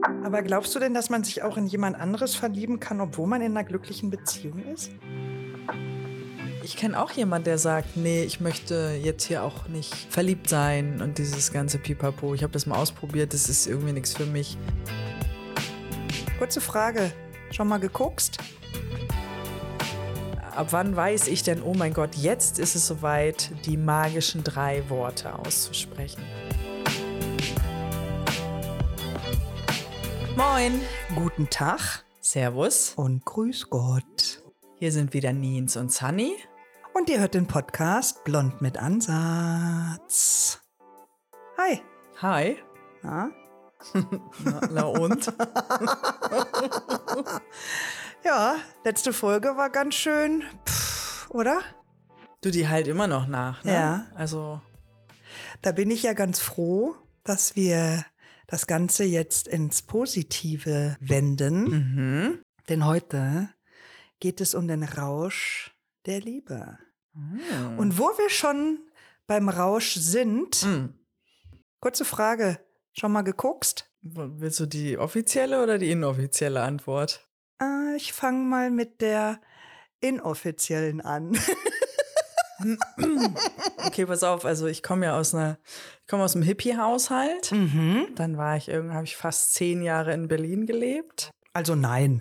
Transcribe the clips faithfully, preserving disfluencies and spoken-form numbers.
Aber glaubst du denn, dass man sich auch in jemand anderes verlieben kann, obwohl man in einer glücklichen Beziehung ist? Ich kenne auch jemanden, der sagt, nee, ich möchte jetzt hier auch nicht verliebt sein und dieses ganze Pipapo. Ich habe das mal ausprobiert, das ist irgendwie nichts für mich. Kurze Frage, schon mal gekokst? Ab wann weiß ich denn, oh mein Gott, jetzt ist es soweit, die magischen drei Worte auszusprechen? Moin, Guten Tag Servus, und grüß Gott. hier sind wieder Nins und Sunny. Und ihr hört den Podcast Blond mit Ansatz. Hi. Hi. Na? Na, na und? Ja, letzte Folge war ganz schön, pff, oder? Du, die halt immer noch nach, ne? Ja. Also, Da bin ich ja ganz froh, dass wir das Ganze jetzt ins Positive wenden. mhm. Denn heute geht es um den Rausch der Liebe. Mm. Und wo wir schon beim Rausch sind, Mm. kurze Frage, schon mal gekokst? Willst du die offizielle oder die inoffizielle Antwort? Äh, ich fange mal mit der inoffiziellen an. Okay, pass auf, also ich komme ja aus einer, ich komme aus einem Hippie-Haushalt. Mhm. Dann war ich irgendwie, habe ich fast zehn Jahre in Berlin gelebt. Also nein.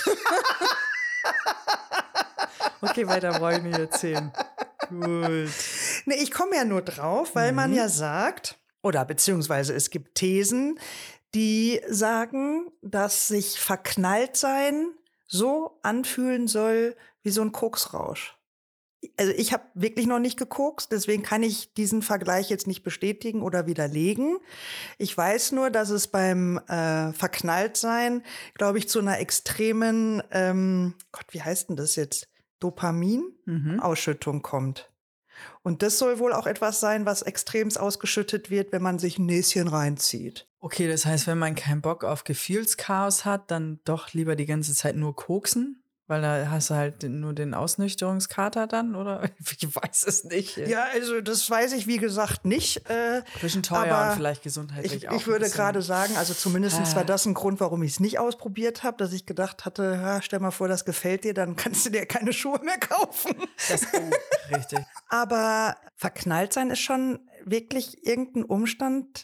Okay, weiter brauche ich nicht erzählen. Gut. Nee, ich komme ja nur drauf, weil Mhm. man ja sagt, oder beziehungsweise es gibt Thesen, die sagen, dass sich verknallt sein so anfühlen soll wie so ein Koksrausch. Also ich habe wirklich noch nicht gekokst, deswegen kann ich diesen Vergleich jetzt nicht bestätigen oder widerlegen. Ich weiß nur, dass es beim äh, Verknalltsein, glaube ich, zu einer extremen, ähm, Gott, wie heißt denn das jetzt? Dopamin-Ausschüttung kommt. Und das soll wohl auch etwas sein, was extremst ausgeschüttet wird, wenn man sich ein Näschen reinzieht. Okay, das heißt, wenn man keinen Bock auf Gefühlschaos hat, dann doch lieber die ganze Zeit nur koksen? Weil da hast du halt nur den Ausnüchterungskater dann, oder? Ich weiß es nicht. Ja, also das weiß ich, wie gesagt, nicht. Äh, Ein bisschen teuer aber und vielleicht gesundheitlich ich, auch. ich würde ein bisschen. gerade sagen, also zumindest Ah. war das ein Grund, warum ich es nicht ausprobiert habe, dass ich gedacht hatte, ja, stell mal vor, das gefällt dir, dann kannst du dir keine Schuhe mehr kaufen. Das, oh, richtig. Aber verknallt sein ist schon wirklich irgendein Umstand,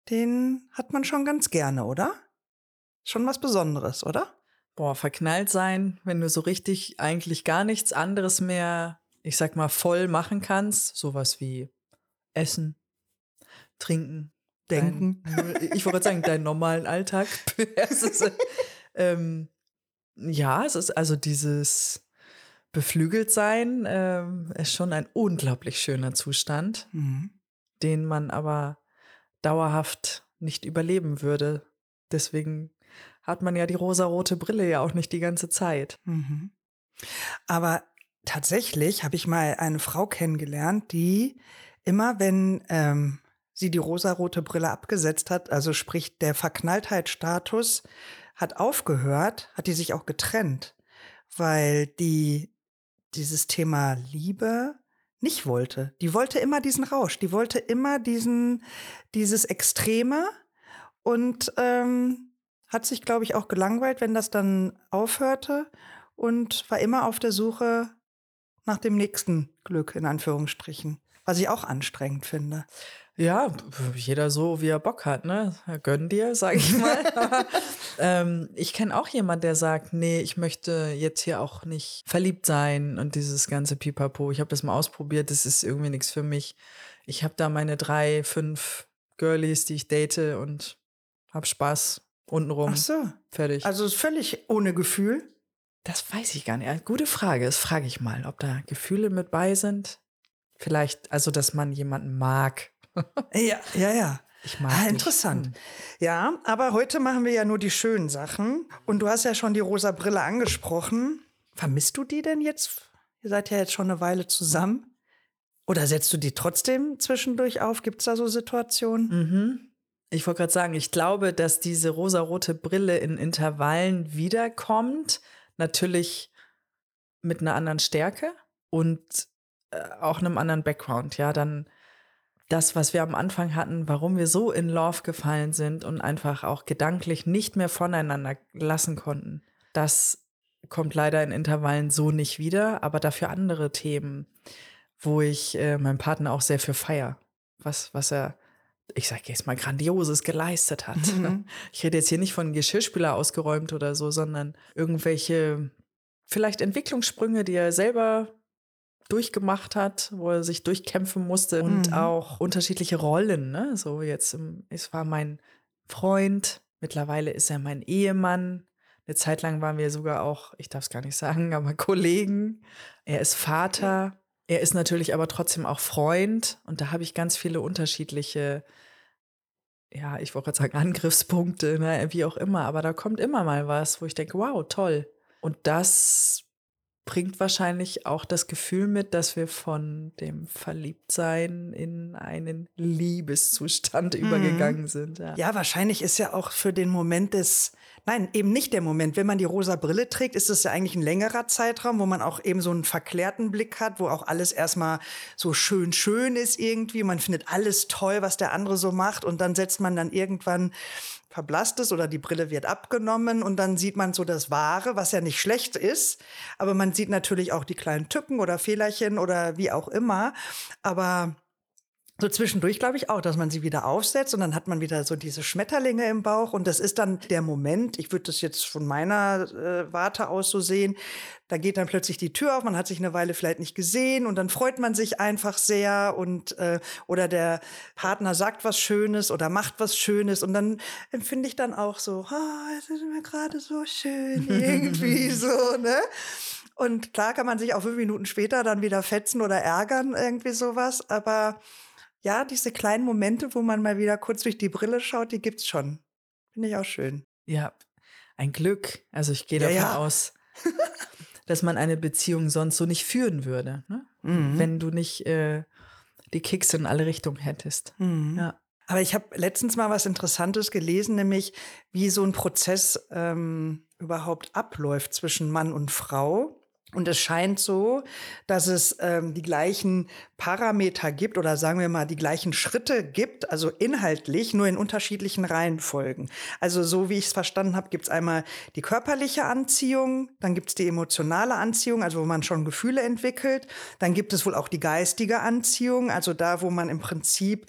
den hat man schon ganz gerne, oder? Schon was Besonderes, oder? Boah, verknallt sein, wenn du so richtig eigentlich gar nichts anderes mehr, ich sag mal, voll machen kannst. Sowas wie Essen, Trinken, Denken. Dein, ich wollte sagen, deinen normalen Alltag. Es ist, ähm, ja, es ist also dieses Beflügeltsein ähm, ist schon ein unglaublich schöner Zustand, Mhm. den man aber dauerhaft nicht überleben würde. Deswegen hat man ja die rosarote Brille ja auch nicht die ganze Zeit. Mhm. Aber tatsächlich habe ich mal eine Frau kennengelernt, die immer, wenn ähm, sie die rosarote Brille abgesetzt hat, also sprich der Verknalltheitsstatus hat aufgehört, hat die sich auch getrennt, weil die dieses Thema Liebe nicht wollte. Die wollte immer diesen Rausch, die wollte immer diesen, dieses Extreme und ähm, hat sich, glaube ich, auch gelangweilt, wenn das dann aufhörte und war immer auf der Suche nach dem nächsten Glück, in Anführungsstrichen, was ich auch anstrengend finde. Ja, jeder so, wie er Bock hat, ne? Gönn dir, sag ich mal. Aber, ähm, ich kenne auch jemanden, der sagt, nee, ich möchte jetzt hier auch nicht verliebt sein und dieses ganze Pipapo. Ich habe das mal ausprobiert, das ist irgendwie nichts für mich. Ich habe da meine drei, fünf Girlies, die ich date und hab Spaß untenrum. Ach so. Fertig. Also ist völlig ohne Gefühl. Das weiß ich gar nicht. Gute Frage. Das frage ich mal, ob da Gefühle mit bei sind. Vielleicht, also, dass man jemanden mag. Ja, ja, ja. Ich mag Ah, dich. interessant. Hm. Ja, aber heute machen wir ja nur die schönen Sachen. Und du hast ja schon die rosa Brille angesprochen. Vermisst du die denn jetzt? Ihr seid ja jetzt schon eine Weile zusammen. Oder setzt du die trotzdem zwischendurch auf? Gibt es da so Situationen? Mhm. Ich wollte gerade sagen, ich glaube, dass diese rosarote Brille in Intervallen wiederkommt. Natürlich mit einer anderen Stärke und äh, auch einem anderen Background. Ja, dann das, was wir am Anfang hatten, warum wir so in Love gefallen sind und einfach auch gedanklich nicht mehr voneinander lassen konnten, das kommt leider in Intervallen so nicht wieder, aber dafür andere Themen, wo ich äh, meinen Partner auch sehr für feier, was, was er, ich sage jetzt mal, Grandioses geleistet hat. Mhm. Ich rede jetzt hier nicht von Geschirrspüler ausgeräumt oder so, sondern irgendwelche vielleicht Entwicklungssprünge, die er selber durchgemacht hat, wo er sich durchkämpfen musste und Mhm. auch unterschiedliche Rollen, ne? So jetzt, im- es war mein Freund, mittlerweile ist er mein Ehemann. Eine Zeit lang waren wir sogar auch, ich darf es gar nicht sagen, aber Kollegen. Er ist Vater. Er ist natürlich aber trotzdem auch Freund. Und da habe ich ganz viele unterschiedliche, ja, ich wollte gerade sagen, Angriffspunkte, ne, wie auch immer. Aber da kommt immer mal was, wo ich denke, wow, toll. Und das bringt wahrscheinlich auch das Gefühl mit, dass wir von dem Verliebtsein in einen Liebeszustand übergegangen sind. Ja. Ja, wahrscheinlich ist ja auch für den Moment des, nein, eben nicht der Moment. Wenn man die rosa Brille trägt, ist es ja eigentlich ein längerer Zeitraum, wo man auch eben so einen verklärten Blick hat, wo auch alles erstmal so schön schön ist irgendwie. Man findet alles toll, was der andere so macht. Und dann setzt man dann irgendwann, verblasst es oder die Brille wird abgenommen und dann sieht man so das Wahre, was ja nicht schlecht ist. Aber man sieht natürlich auch die kleinen Tücken oder Fehlerchen oder wie auch immer. Aber so zwischendurch glaube ich auch, dass man sie wieder aufsetzt und dann hat man wieder so diese Schmetterlinge im Bauch und das ist dann der Moment, ich würde das jetzt von meiner äh, Warte aus so sehen, da geht dann plötzlich die Tür auf, man hat sich eine Weile vielleicht nicht gesehen und dann freut man sich einfach sehr und äh, oder der Partner sagt was Schönes oder macht was Schönes und dann empfinde ich dann auch so, ah, es ist mir gerade so schön irgendwie so, ne? Und klar kann man sich auch fünf Minuten später dann wieder fetzen oder ärgern, irgendwie sowas, aber ja, diese kleinen Momente, wo man mal wieder kurz durch die Brille schaut, die gibt's schon. Finde ich auch schön. Ja, ein Glück. Also ich gehe Ja, davon ja. aus, dass man eine Beziehung sonst so nicht führen würde, ne? Mhm. Wenn du nicht äh, die Kicks in alle Richtungen hättest. Mhm. Ja. Aber ich habe letztens mal was Interessantes gelesen, nämlich wie so ein Prozess ähm, überhaupt abläuft zwischen Mann und Frau. Und es scheint so, dass es ähm, die gleichen Parameter gibt oder sagen wir mal die gleichen Schritte gibt, also inhaltlich, nur in unterschiedlichen Reihenfolgen. Also so wie ich es verstanden habe, gibt es einmal die körperliche Anziehung, dann gibt es die emotionale Anziehung, also wo man schon Gefühle entwickelt. Dann gibt es wohl auch die geistige Anziehung, also da, wo man im Prinzip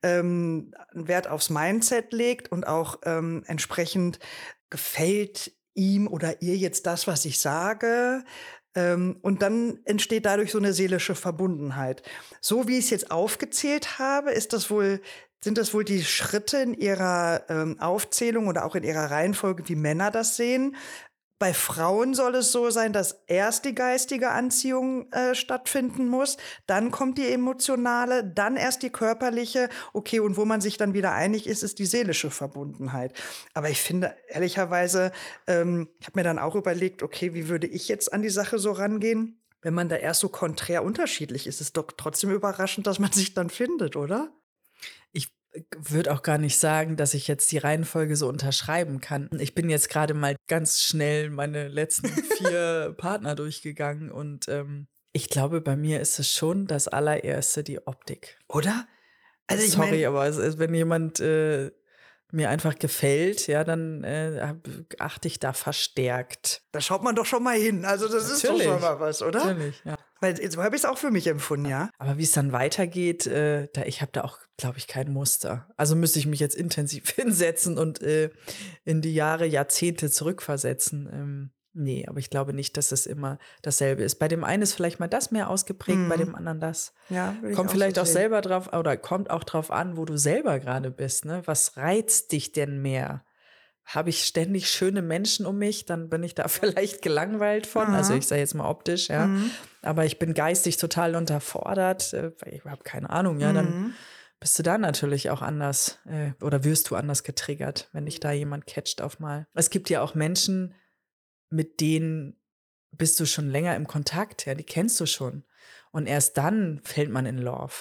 ähm, Wert aufs Mindset legt und auch ähm, entsprechend gefällt ihm oder ihr jetzt das, was ich sage. Ähm, und dann entsteht dadurch so eine seelische Verbundenheit. So wie ich es jetzt aufgezählt habe, ist das wohl, sind das wohl die Schritte in ihrer ähm, Aufzählung oder auch in ihrer Reihenfolge, wie Männer das sehen. Bei Frauen soll es so sein, dass erst die geistige Anziehung äh, stattfinden muss, dann kommt die emotionale, dann erst die körperliche. Okay, und wo man sich dann wieder einig ist, ist die seelische Verbundenheit. Aber ich finde, ehrlicherweise, ähm, ich habe mir dann auch überlegt, okay, wie würde ich jetzt an die Sache so rangehen? Wenn man da erst so konträr unterschiedlich ist, ist es doch trotzdem überraschend, dass man sich dann findet, oder? Ich würde auch gar nicht sagen, dass ich jetzt die Reihenfolge so unterschreiben kann. Ich bin jetzt gerade mal ganz schnell meine letzten vier Partner durchgegangen und ähm, ich glaube, bei mir ist es schon das allererste die Optik. Oder? Also ich Sorry, meine, aber es ist, wenn jemand äh, mir einfach gefällt, ja, dann äh, hab- achte ich da verstärkt. da schaut man doch schon mal hin. Also das ist doch schon Natürlich, mal was, oder? natürlich, ja. Weil so habe ich es auch für mich empfunden, ja. Aber wie es dann weitergeht, äh, da ich habe da auch, glaube ich, kein Muster. Also müsste ich mich jetzt intensiv hinsetzen und äh, in die Jahre, Jahrzehnte zurückversetzen. Ähm, nee, aber ich glaube nicht, dass es immer dasselbe ist. Bei dem einen ist vielleicht mal das mehr ausgeprägt, bei Mhm. dem anderen das. Ja, würde ich Kommt auch vielleicht so auch sehen. selber drauf, oder kommt auch drauf an, wo du selber gerade bist. Ne? Was reizt dich denn mehr? Habe ich ständig schöne Menschen um mich, dann bin ich da vielleicht gelangweilt von. Also ich Mhm. sage jetzt mal optisch, ja. Mhm. Aber ich bin geistig total unterfordert, äh, weil ich habe keine Ahnung, ja, dann Mhm. bist du da natürlich auch anders äh, oder wirst du anders getriggert, wenn dich da jemand catcht auf mal. Es gibt ja auch Menschen, mit denen bist du schon länger im Kontakt, ja, die kennst du schon. Und erst dann fällt man in Love.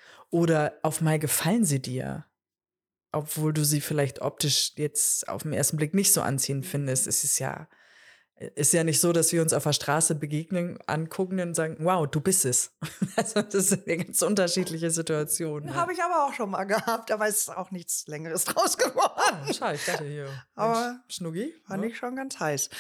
Oder auf mal gefallen sie dir, obwohl du sie vielleicht optisch jetzt auf den ersten Blick nicht so anziehend findest. Es ist ja Ist ja nicht so, dass wir uns auf der Straße begegnen, angucken und sagen, wow, du bist es. Also das ist eine ganz unterschiedliche Situation. Ne? Habe ich aber auch schon mal gehabt, aber es ist auch nichts Längeres draus geworden. Oh, schade, ich dachte hier, Aber Mensch, Schnuggi. fand ne? ich schon ganz heiß.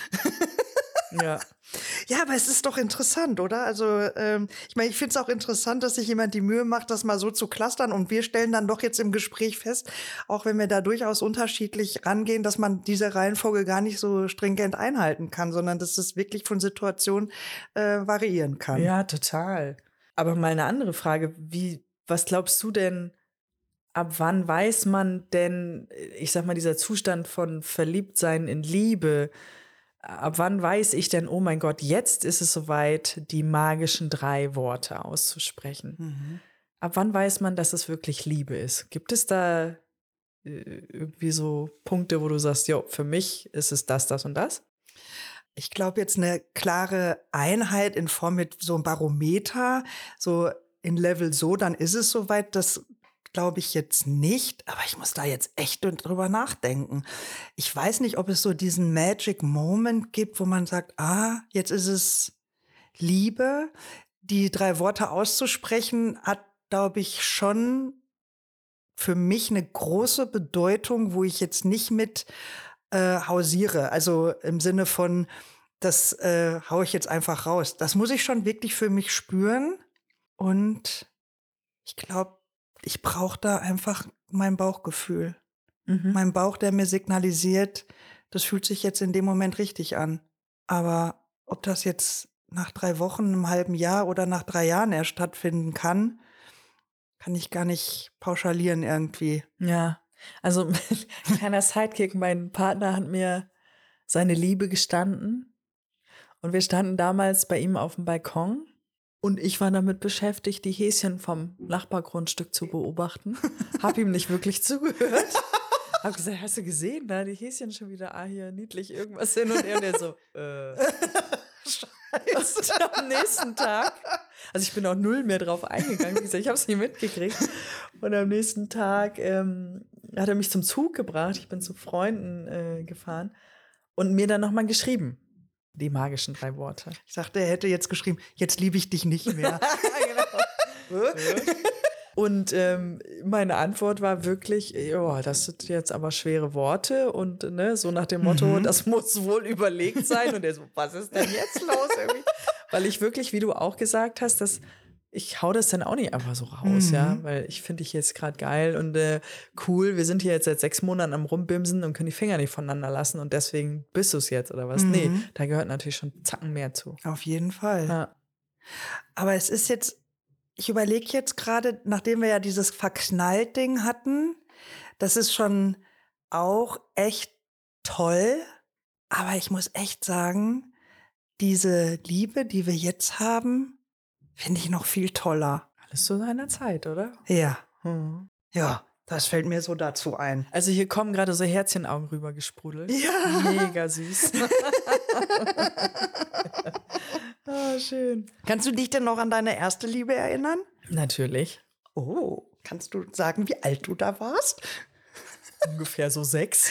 Ja. Ja, aber es ist doch interessant, oder? Also, ähm, ich meine, ich finde es auch interessant, dass sich jemand die Mühe macht, das mal so zu clustern. Und wir stellen dann doch jetzt im Gespräch fest, auch wenn wir da durchaus unterschiedlich rangehen, dass man diese Reihenfolge gar nicht so stringent einhalten kann, sondern dass es wirklich von Situation äh, variieren kann. Ja, total. Aber mal eine andere Frage. Wie, was glaubst du denn, ab wann weiß man denn, ich sag mal, dieser Zustand von Verliebtsein in Liebe, ab wann weiß ich denn, oh mein Gott, jetzt ist es soweit, die magischen drei Worte auszusprechen? Mhm. Ab wann weiß man, dass es wirklich Liebe ist? Gibt es da äh, irgendwie so Punkte, wo du sagst, jo, für mich ist es das, das und das? Ich glaube jetzt eine klare Einheit in Form mit so einem Barometer, so in Level so, dann ist es soweit. Das glaube ich jetzt nicht, aber ich muss da jetzt echt drüber nachdenken. Ich weiß nicht, ob es so diesen Magic Moment gibt, wo man sagt, ah, jetzt ist es Liebe. Die drei Worte auszusprechen hat, glaube ich, schon für mich eine große Bedeutung, wo ich jetzt nicht mit äh, hausiere. Also im Sinne von, das äh, haue ich jetzt einfach raus. Das muss ich schon wirklich für mich spüren. Und ich glaube, ich brauche da einfach mein Bauchgefühl. Mhm. Mein Bauch, der mir signalisiert, das fühlt sich jetzt in dem Moment richtig an. Aber ob das jetzt nach drei Wochen, einem halben Jahr oder nach drei Jahren erst stattfinden kann, kann ich gar nicht pauschalieren irgendwie. Ja, also kleiner Sidekick, mein Partner hat mir seine Liebe gestanden und wir standen damals bei ihm auf dem Balkon und ich war damit beschäftigt, die Häschen vom Nachbargrundstück zu beobachten. Hab ihm nicht wirklich zugehört. Hab gesagt, hast du gesehen, da die Häschen schon wieder, ah, hier niedlich irgendwas hin und her. Und er so, äh. Und am nächsten Tag, also ich bin auch null mehr drauf eingegangen, wie gesagt, ich habe es nie mitgekriegt. Und am nächsten Tag ähm, hat er mich zum Zug gebracht, ich bin zu Freunden äh, gefahren und mir dann nochmal geschrieben, die magischen drei Worte. Ich dachte, er hätte jetzt geschrieben, jetzt liebe ich dich nicht mehr. Genau. Und ähm, meine Antwort war wirklich, ja, das sind jetzt aber schwere Worte und ne, so nach dem Motto, Mhm. das muss wohl überlegt sein. Und er so, was ist denn jetzt los irgendwie? Weil ich wirklich, wie du auch gesagt hast, dass ich hau das dann auch nicht einfach so raus, Mhm. ja, weil ich finde dich jetzt gerade geil und äh, cool. Wir sind hier jetzt seit sechs Monaten am Rumbimsen und können die Finger nicht voneinander lassen und deswegen bist du es jetzt oder was? Mhm. Nee, da gehört natürlich schon Zacken mehr zu. Auf jeden Fall. Ja. Aber es ist jetzt, ich überlege jetzt gerade, nachdem wir ja dieses Verknallt-Ding hatten, das ist schon auch echt toll. Aber ich muss echt sagen, diese Liebe, die wir jetzt haben, finde ich noch viel toller. Alles zu seiner Zeit, oder? Ja, Hm. ja, das fällt mir so dazu ein. Also hier kommen gerade so Herzchenaugen rüber gesprudelt. Ja. Mega süß. Ah, schön. Kannst du dich denn noch an deine erste Liebe erinnern? Natürlich. Oh, kannst du sagen, wie alt du da warst? Ungefähr so sechs.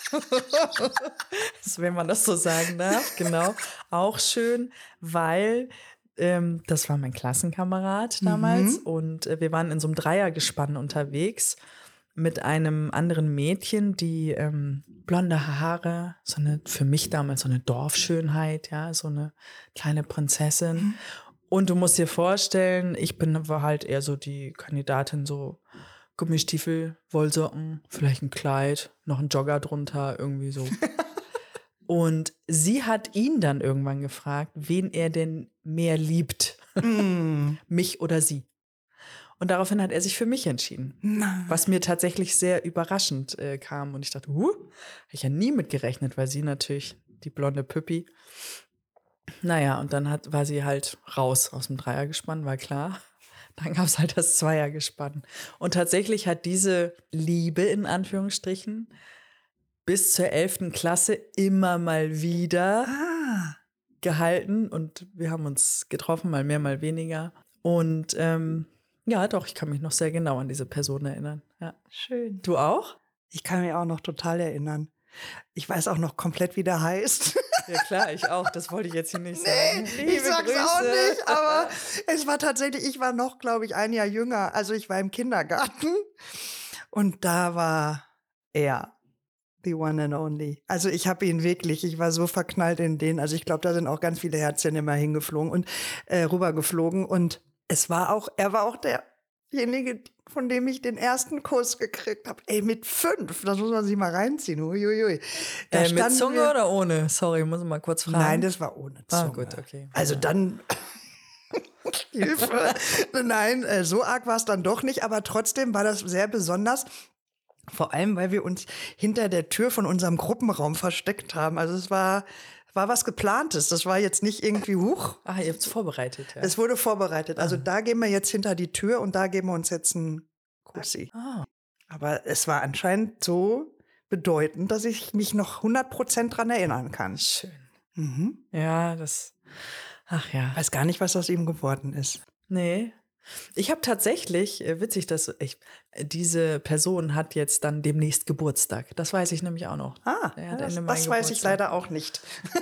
So, wenn man das so sagen darf, genau. Auch schön, weil ähm, das war mein Klassenkamerad damals Mhm. und äh, wir waren in so einem Dreiergespann unterwegs mit einem anderen Mädchen, die ähm, blonde Haare, so eine, für mich damals so eine Dorfschönheit, ja, so eine kleine Prinzessin. Mhm. Und du musst dir vorstellen, ich bin war halt eher so die Kandidatin, so Gummistiefel, Wollsocken, vielleicht ein Kleid, noch ein Jogger drunter, irgendwie so. Und sie hat ihn dann irgendwann gefragt, wen er denn mehr liebt, Mm. mich oder sie. Und daraufhin hat er sich für mich entschieden, Na. was mir tatsächlich sehr überraschend äh, kam. Und ich dachte, huh, habe ich ja nie mit gerechnet, weil sie natürlich die blonde Püppi. Naja, und dann hat, war sie halt raus aus dem Dreiergespann, war klar. Dann gab es halt das Zweiergespann. Und tatsächlich hat diese Liebe in Anführungsstrichen bis zur elften Klasse immer mal wieder Ah. gehalten. Und wir haben uns getroffen, mal mehr, mal weniger. Und ähm, ja, doch, ich kann mich noch sehr genau an diese Person erinnern. Ja. Schön. Du auch? Ich kann mich auch noch total erinnern. Ich weiß auch noch komplett, wie der heißt. Ja klar, ich auch. Das wollte ich jetzt hier nicht sagen. Nee, Liebe ich sag's Grüße. auch nicht, aber es war tatsächlich, ich war noch, glaube ich, ein Jahr jünger. Also ich war im Kindergarten und da war er the one and only. Also ich habe ihn wirklich, ich war so verknallt in den. Also ich glaube, da sind auch ganz viele Herzchen immer hingeflogen und äh, rübergeflogen. Und es war auch, er war auch derjenige, von dem ich den ersten Kuss gekriegt habe. Ey, mit fünf, das muss man sich mal reinziehen. Uiuiui. Da Äh, mit standen Zunge wir, oder ohne? Sorry, muss ich mal kurz fragen. nein, das war ohne Zunge. Ah, gut, okay. Also dann Hilfe. Nein, äh, so arg war es dann doch nicht, aber trotzdem war das sehr besonders. Vor allem, weil wir uns hinter der Tür von unserem Gruppenraum versteckt haben. Also es war, war was Geplantes. Das war jetzt nicht irgendwie hoch. Ah, ihr habt es vorbereitet, ja. Es wurde vorbereitet. Also da gehen wir jetzt hinter die Tür und da geben wir uns jetzt einen Kussi. Ah. Aber es war anscheinend so bedeutend, dass ich mich noch hundert Prozent dran erinnern kann. Schön. Mhm. Ja, das. Ach ja. Weiß gar nicht, was aus ihm geworden ist. Nee. Ich habe tatsächlich, äh, witzig, dass ich, äh, diese Person hat jetzt dann demnächst Geburtstag. Das weiß ich nämlich auch noch. Ah, Der ja, hat das, Ende Mai das weiß ich Geburtstag. leider auch nicht.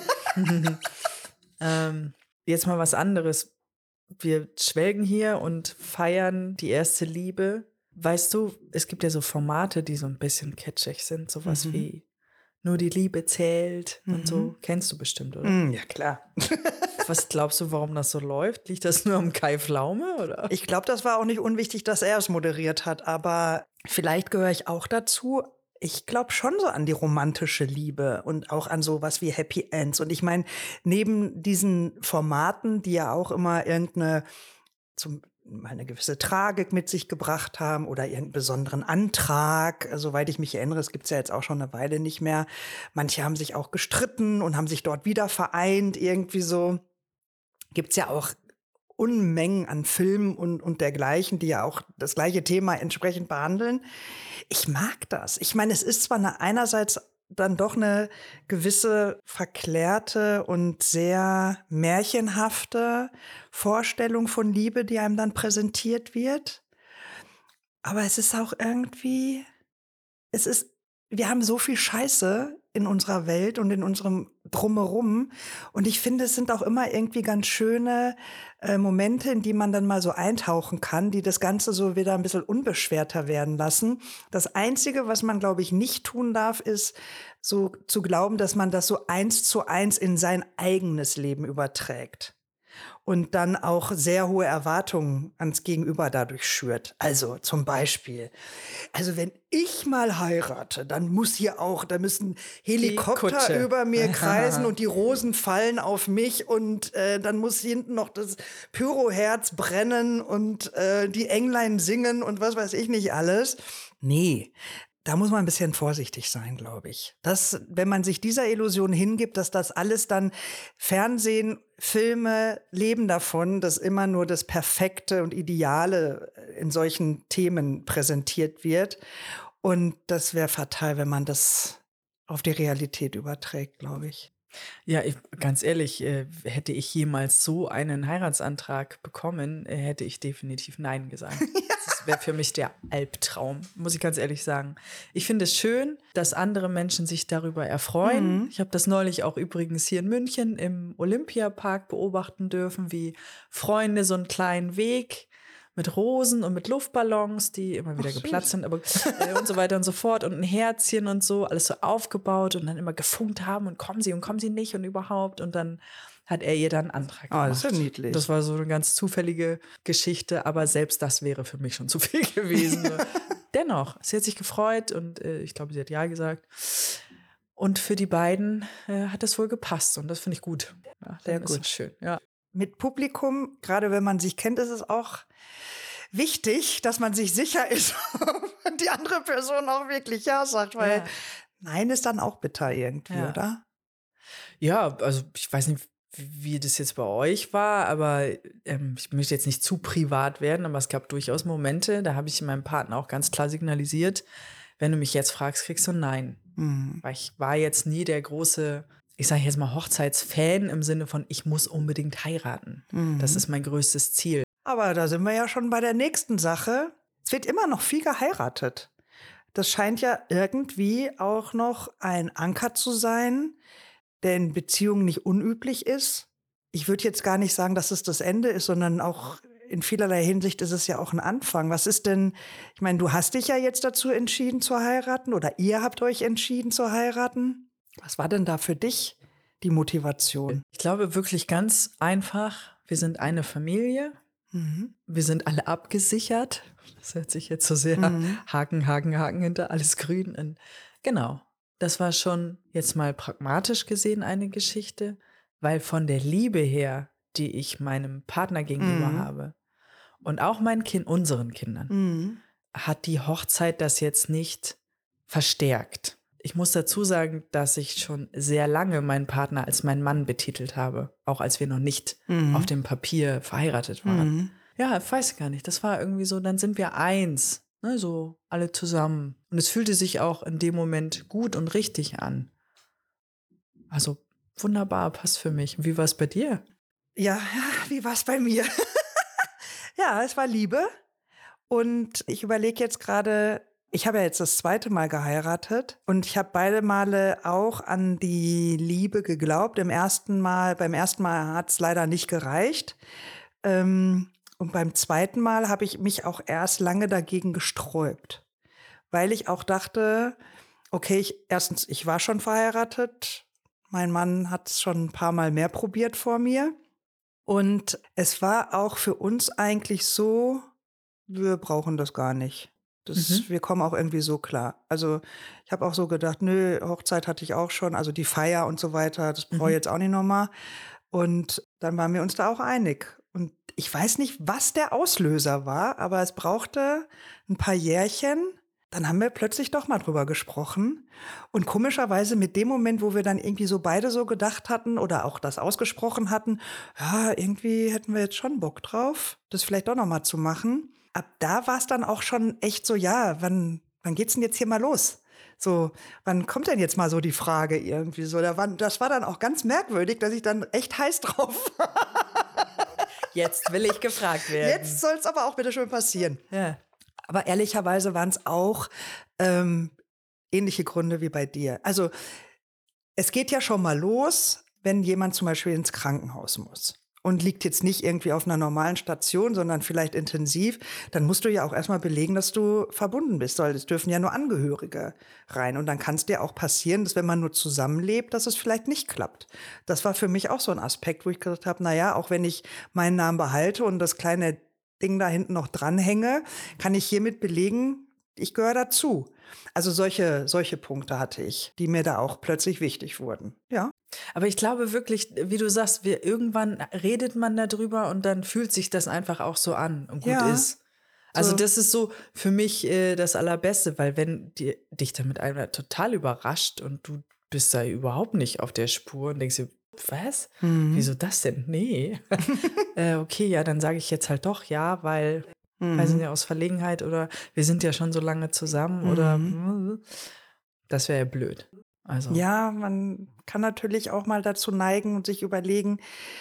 Ähm, jetzt mal was anderes. Wir schwelgen hier und feiern die erste Liebe. Weißt du, es gibt ja so Formate, die so ein bisschen kitschig sind. Sowas Mhm. wie Nur die Liebe zählt und Mhm. so. Kennst du bestimmt, oder? Mm, ja, klar. Was glaubst du, warum das so läuft? Liegt das nur am Kai Pflaume, oder? Ich glaube, das war auch nicht unwichtig, dass er es moderiert hat, aber vielleicht gehöre ich auch dazu. Ich glaube schon so an die romantische Liebe und auch an sowas wie Happy Ends. Und ich meine, neben diesen Formaten, die ja auch immer irgendeine, zum, mal eine gewisse Tragik mit sich gebracht haben oder irgendeinen besonderen Antrag, soweit ich mich erinnere, es gibt es ja jetzt auch schon eine Weile nicht mehr. Manche haben sich auch gestritten und haben sich dort wieder vereint, irgendwie so. Gibt es ja auch Unmengen an Filmen und, und dergleichen, die ja auch das gleiche Thema entsprechend behandeln. Ich mag das. Ich meine, es ist zwar eine, einerseits dann doch eine gewisse verklärte und sehr märchenhafte Vorstellung von Liebe, die einem dann präsentiert wird. Aber es ist auch irgendwie, es ist, wir haben so viel Scheiße in unserer Welt und in unserem Drumherum. Und ich finde, es sind auch immer irgendwie ganz schöne äh, Momente, in die man dann mal so eintauchen kann, die das Ganze so wieder ein bisschen unbeschwerter werden lassen. Das Einzige, was man, glaube ich, nicht tun darf, ist so zu glauben, dass man das so eins zu eins in sein eigenes Leben überträgt. Und dann auch sehr hohe Erwartungen ans Gegenüber dadurch schürt. Also zum Beispiel, also wenn ich mal heirate, dann muss hier auch, da müssen Helikopter Kutsche. über mir kreisen und die Rosen fallen auf mich und äh, dann muss hinten noch das Pyroherz brennen und äh, die Englein singen und was weiß ich nicht alles. Nee. Da muss man ein bisschen vorsichtig sein, glaube ich. Das, wenn man sich dieser Illusion hingibt, dass das alles dann Fernsehen, Filme leben davon, dass immer nur das Perfekte und Ideale in solchen Themen präsentiert wird. Und das wäre fatal, wenn man das auf die Realität überträgt, glaube ich. Ja, ich, ganz ehrlich, äh, hätte ich jemals so einen Heiratsantrag bekommen, äh, hätte ich definitiv Nein gesagt. Das wäre für mich der Albtraum, muss ich ganz ehrlich sagen. Ich finde es schön, dass andere Menschen sich darüber erfreuen. Mhm. Ich habe das neulich auch übrigens hier in München im Olympiapark beobachten dürfen, wie Freunde so einen kleinen Weg mit Rosen und mit Luftballons, die immer wieder Ach, geplatzt süß. sind, aber äh, und so weiter und so fort und ein Herzchen und so, alles so aufgebaut und dann immer gefunkt haben und kommen sie und kommen sie nicht und überhaupt und dann hat er ihr dann einen Antrag Ah, gemacht. das ist ja niedlich. Das war so eine ganz zufällige Geschichte, aber selbst das wäre für mich schon zu viel gewesen. Dennoch, sie hat sich gefreut und äh, ich glaube, sie hat ja gesagt. Und für die beiden äh, hat das wohl gepasst und das finde ich gut. Ja, Sehr dann ist gut. das schön, ja. Mit Publikum, gerade wenn man sich kennt, ist es auch wichtig, dass man sich sicher ist und die andere Person auch wirklich Ja sagt, weil Ja. Nein ist dann auch bitter irgendwie, Ja. oder? Ja, also ich weiß nicht, wie das jetzt bei euch war, aber ähm, ich möchte jetzt nicht zu privat werden, aber es gab durchaus Momente, da habe ich meinem Partner auch ganz klar signalisiert, wenn du mich jetzt fragst, kriegst du ein Nein. Mhm. Weil ich war jetzt nie der große, ich sage jetzt mal Hochzeitsfan im Sinne von, ich muss unbedingt heiraten. Mhm. Das ist mein größtes Ziel. Aber da sind wir ja schon bei der nächsten Sache. Es wird immer noch viel geheiratet. Das scheint ja irgendwie auch noch ein Anker zu sein, der in Beziehungen nicht unüblich ist. Ich würde jetzt gar nicht sagen, dass es das Ende ist, sondern auch in vielerlei Hinsicht ist es ja auch ein Anfang. Was ist denn, ich meine, du hast dich ja jetzt dazu entschieden zu heiraten oder ihr habt euch entschieden zu heiraten. Was war denn da für dich die Motivation? Ich glaube wirklich ganz einfach, wir sind eine Familie. Mhm. Wir sind alle abgesichert. Das hört sich jetzt so sehr Mhm. Haken, Haken, Haken hinter, alles grün. Und genau, das war schon jetzt mal pragmatisch gesehen eine Geschichte, weil von der Liebe her, die ich meinem Partner gegenüber Mhm. habe und auch meinen Kind, unseren Kindern, Mhm. hat die Hochzeit das jetzt nicht verstärkt. Ich muss dazu sagen, dass ich schon sehr lange meinen Partner als meinen Mann betitelt habe, auch als wir noch nicht Mhm. auf dem Papier verheiratet waren. Mhm. Ja, ich weiß gar nicht. Das war irgendwie so, dann sind wir eins, ne, so alle zusammen. Und es fühlte sich auch in dem Moment gut und richtig an. Also wunderbar, passt für mich. Wie war es bei dir? Ja, ja, wie war es bei mir? Ja, es war Liebe. Und ich überlege jetzt gerade, ich habe ja jetzt das zweite Mal geheiratet und ich habe beide Male auch an die Liebe geglaubt. Im ersten Mal, beim ersten Mal hat es leider nicht gereicht. Ähm, und beim zweiten Mal habe ich mich auch erst lange dagegen gesträubt, weil ich auch dachte, okay, ich, erstens, ich war schon verheiratet. Mein Mann hat es schon ein paar Mal mehr probiert vor mir. Und es war auch für uns eigentlich so, wir brauchen das gar nicht. Das, Mhm. wir kommen auch irgendwie so klar. Also ich habe auch so gedacht, nö, Hochzeit hatte ich auch schon, also die Feier und so weiter, das brauche ich Mhm. jetzt auch nicht nochmal. Und dann waren wir uns da auch einig. Und ich weiß nicht, was der Auslöser war, aber es brauchte ein paar Jährchen. Dann haben wir plötzlich doch mal drüber gesprochen. Und komischerweise mit dem Moment, wo wir dann irgendwie so beide so gedacht hatten oder auch das ausgesprochen hatten, ja, irgendwie hätten wir jetzt schon Bock drauf, das vielleicht doch noch mal zu machen. Ab da war es dann auch schon echt so, ja, wann, wann geht's denn jetzt hier mal los? So, wann kommt denn jetzt mal so die Frage irgendwie so? Da war, das war dann auch ganz merkwürdig, dass ich dann echt heiß drauf war. Jetzt will ich gefragt werden. Jetzt soll es aber auch bitte schön passieren. Ja. Aber ehrlicherweise waren es auch ähm, ähnliche Gründe wie bei dir. Also es geht ja schon mal los, wenn jemand zum Beispiel ins Krankenhaus muss und liegt jetzt nicht irgendwie auf einer normalen Station, sondern vielleicht intensiv, dann musst du ja auch erstmal belegen, dass du verbunden bist, weil es dürfen ja nur Angehörige rein. Und dann kann es dir auch passieren, dass wenn man nur zusammenlebt, dass es vielleicht nicht klappt. Das war für mich auch so ein Aspekt, wo ich gesagt habe, naja, auch wenn ich meinen Namen behalte und das kleine Ding da hinten noch dranhänge, kann ich hiermit belegen, ich gehöre dazu. Also solche, solche Punkte hatte ich, die mir da auch plötzlich wichtig wurden. Ja. Aber ich glaube wirklich, wie du sagst, wir, irgendwann redet man darüber und dann fühlt sich das einfach auch so an und gut Ja. ist. Also So. das ist so für mich äh, das Allerbeste, weil wenn die, dich damit einer total überrascht und du bist da überhaupt nicht auf der Spur und denkst dir, was? Mhm. Wieso das denn? Nee. äh, okay, ja, dann sage ich jetzt halt doch ja, weil, weiß Mhm. nicht, aus Verlegenheit oder wir sind ja schon so lange zusammen oder Mhm. das wäre ja blöd. Also, Ja, man kann natürlich auch mal dazu neigen und sich überlegen,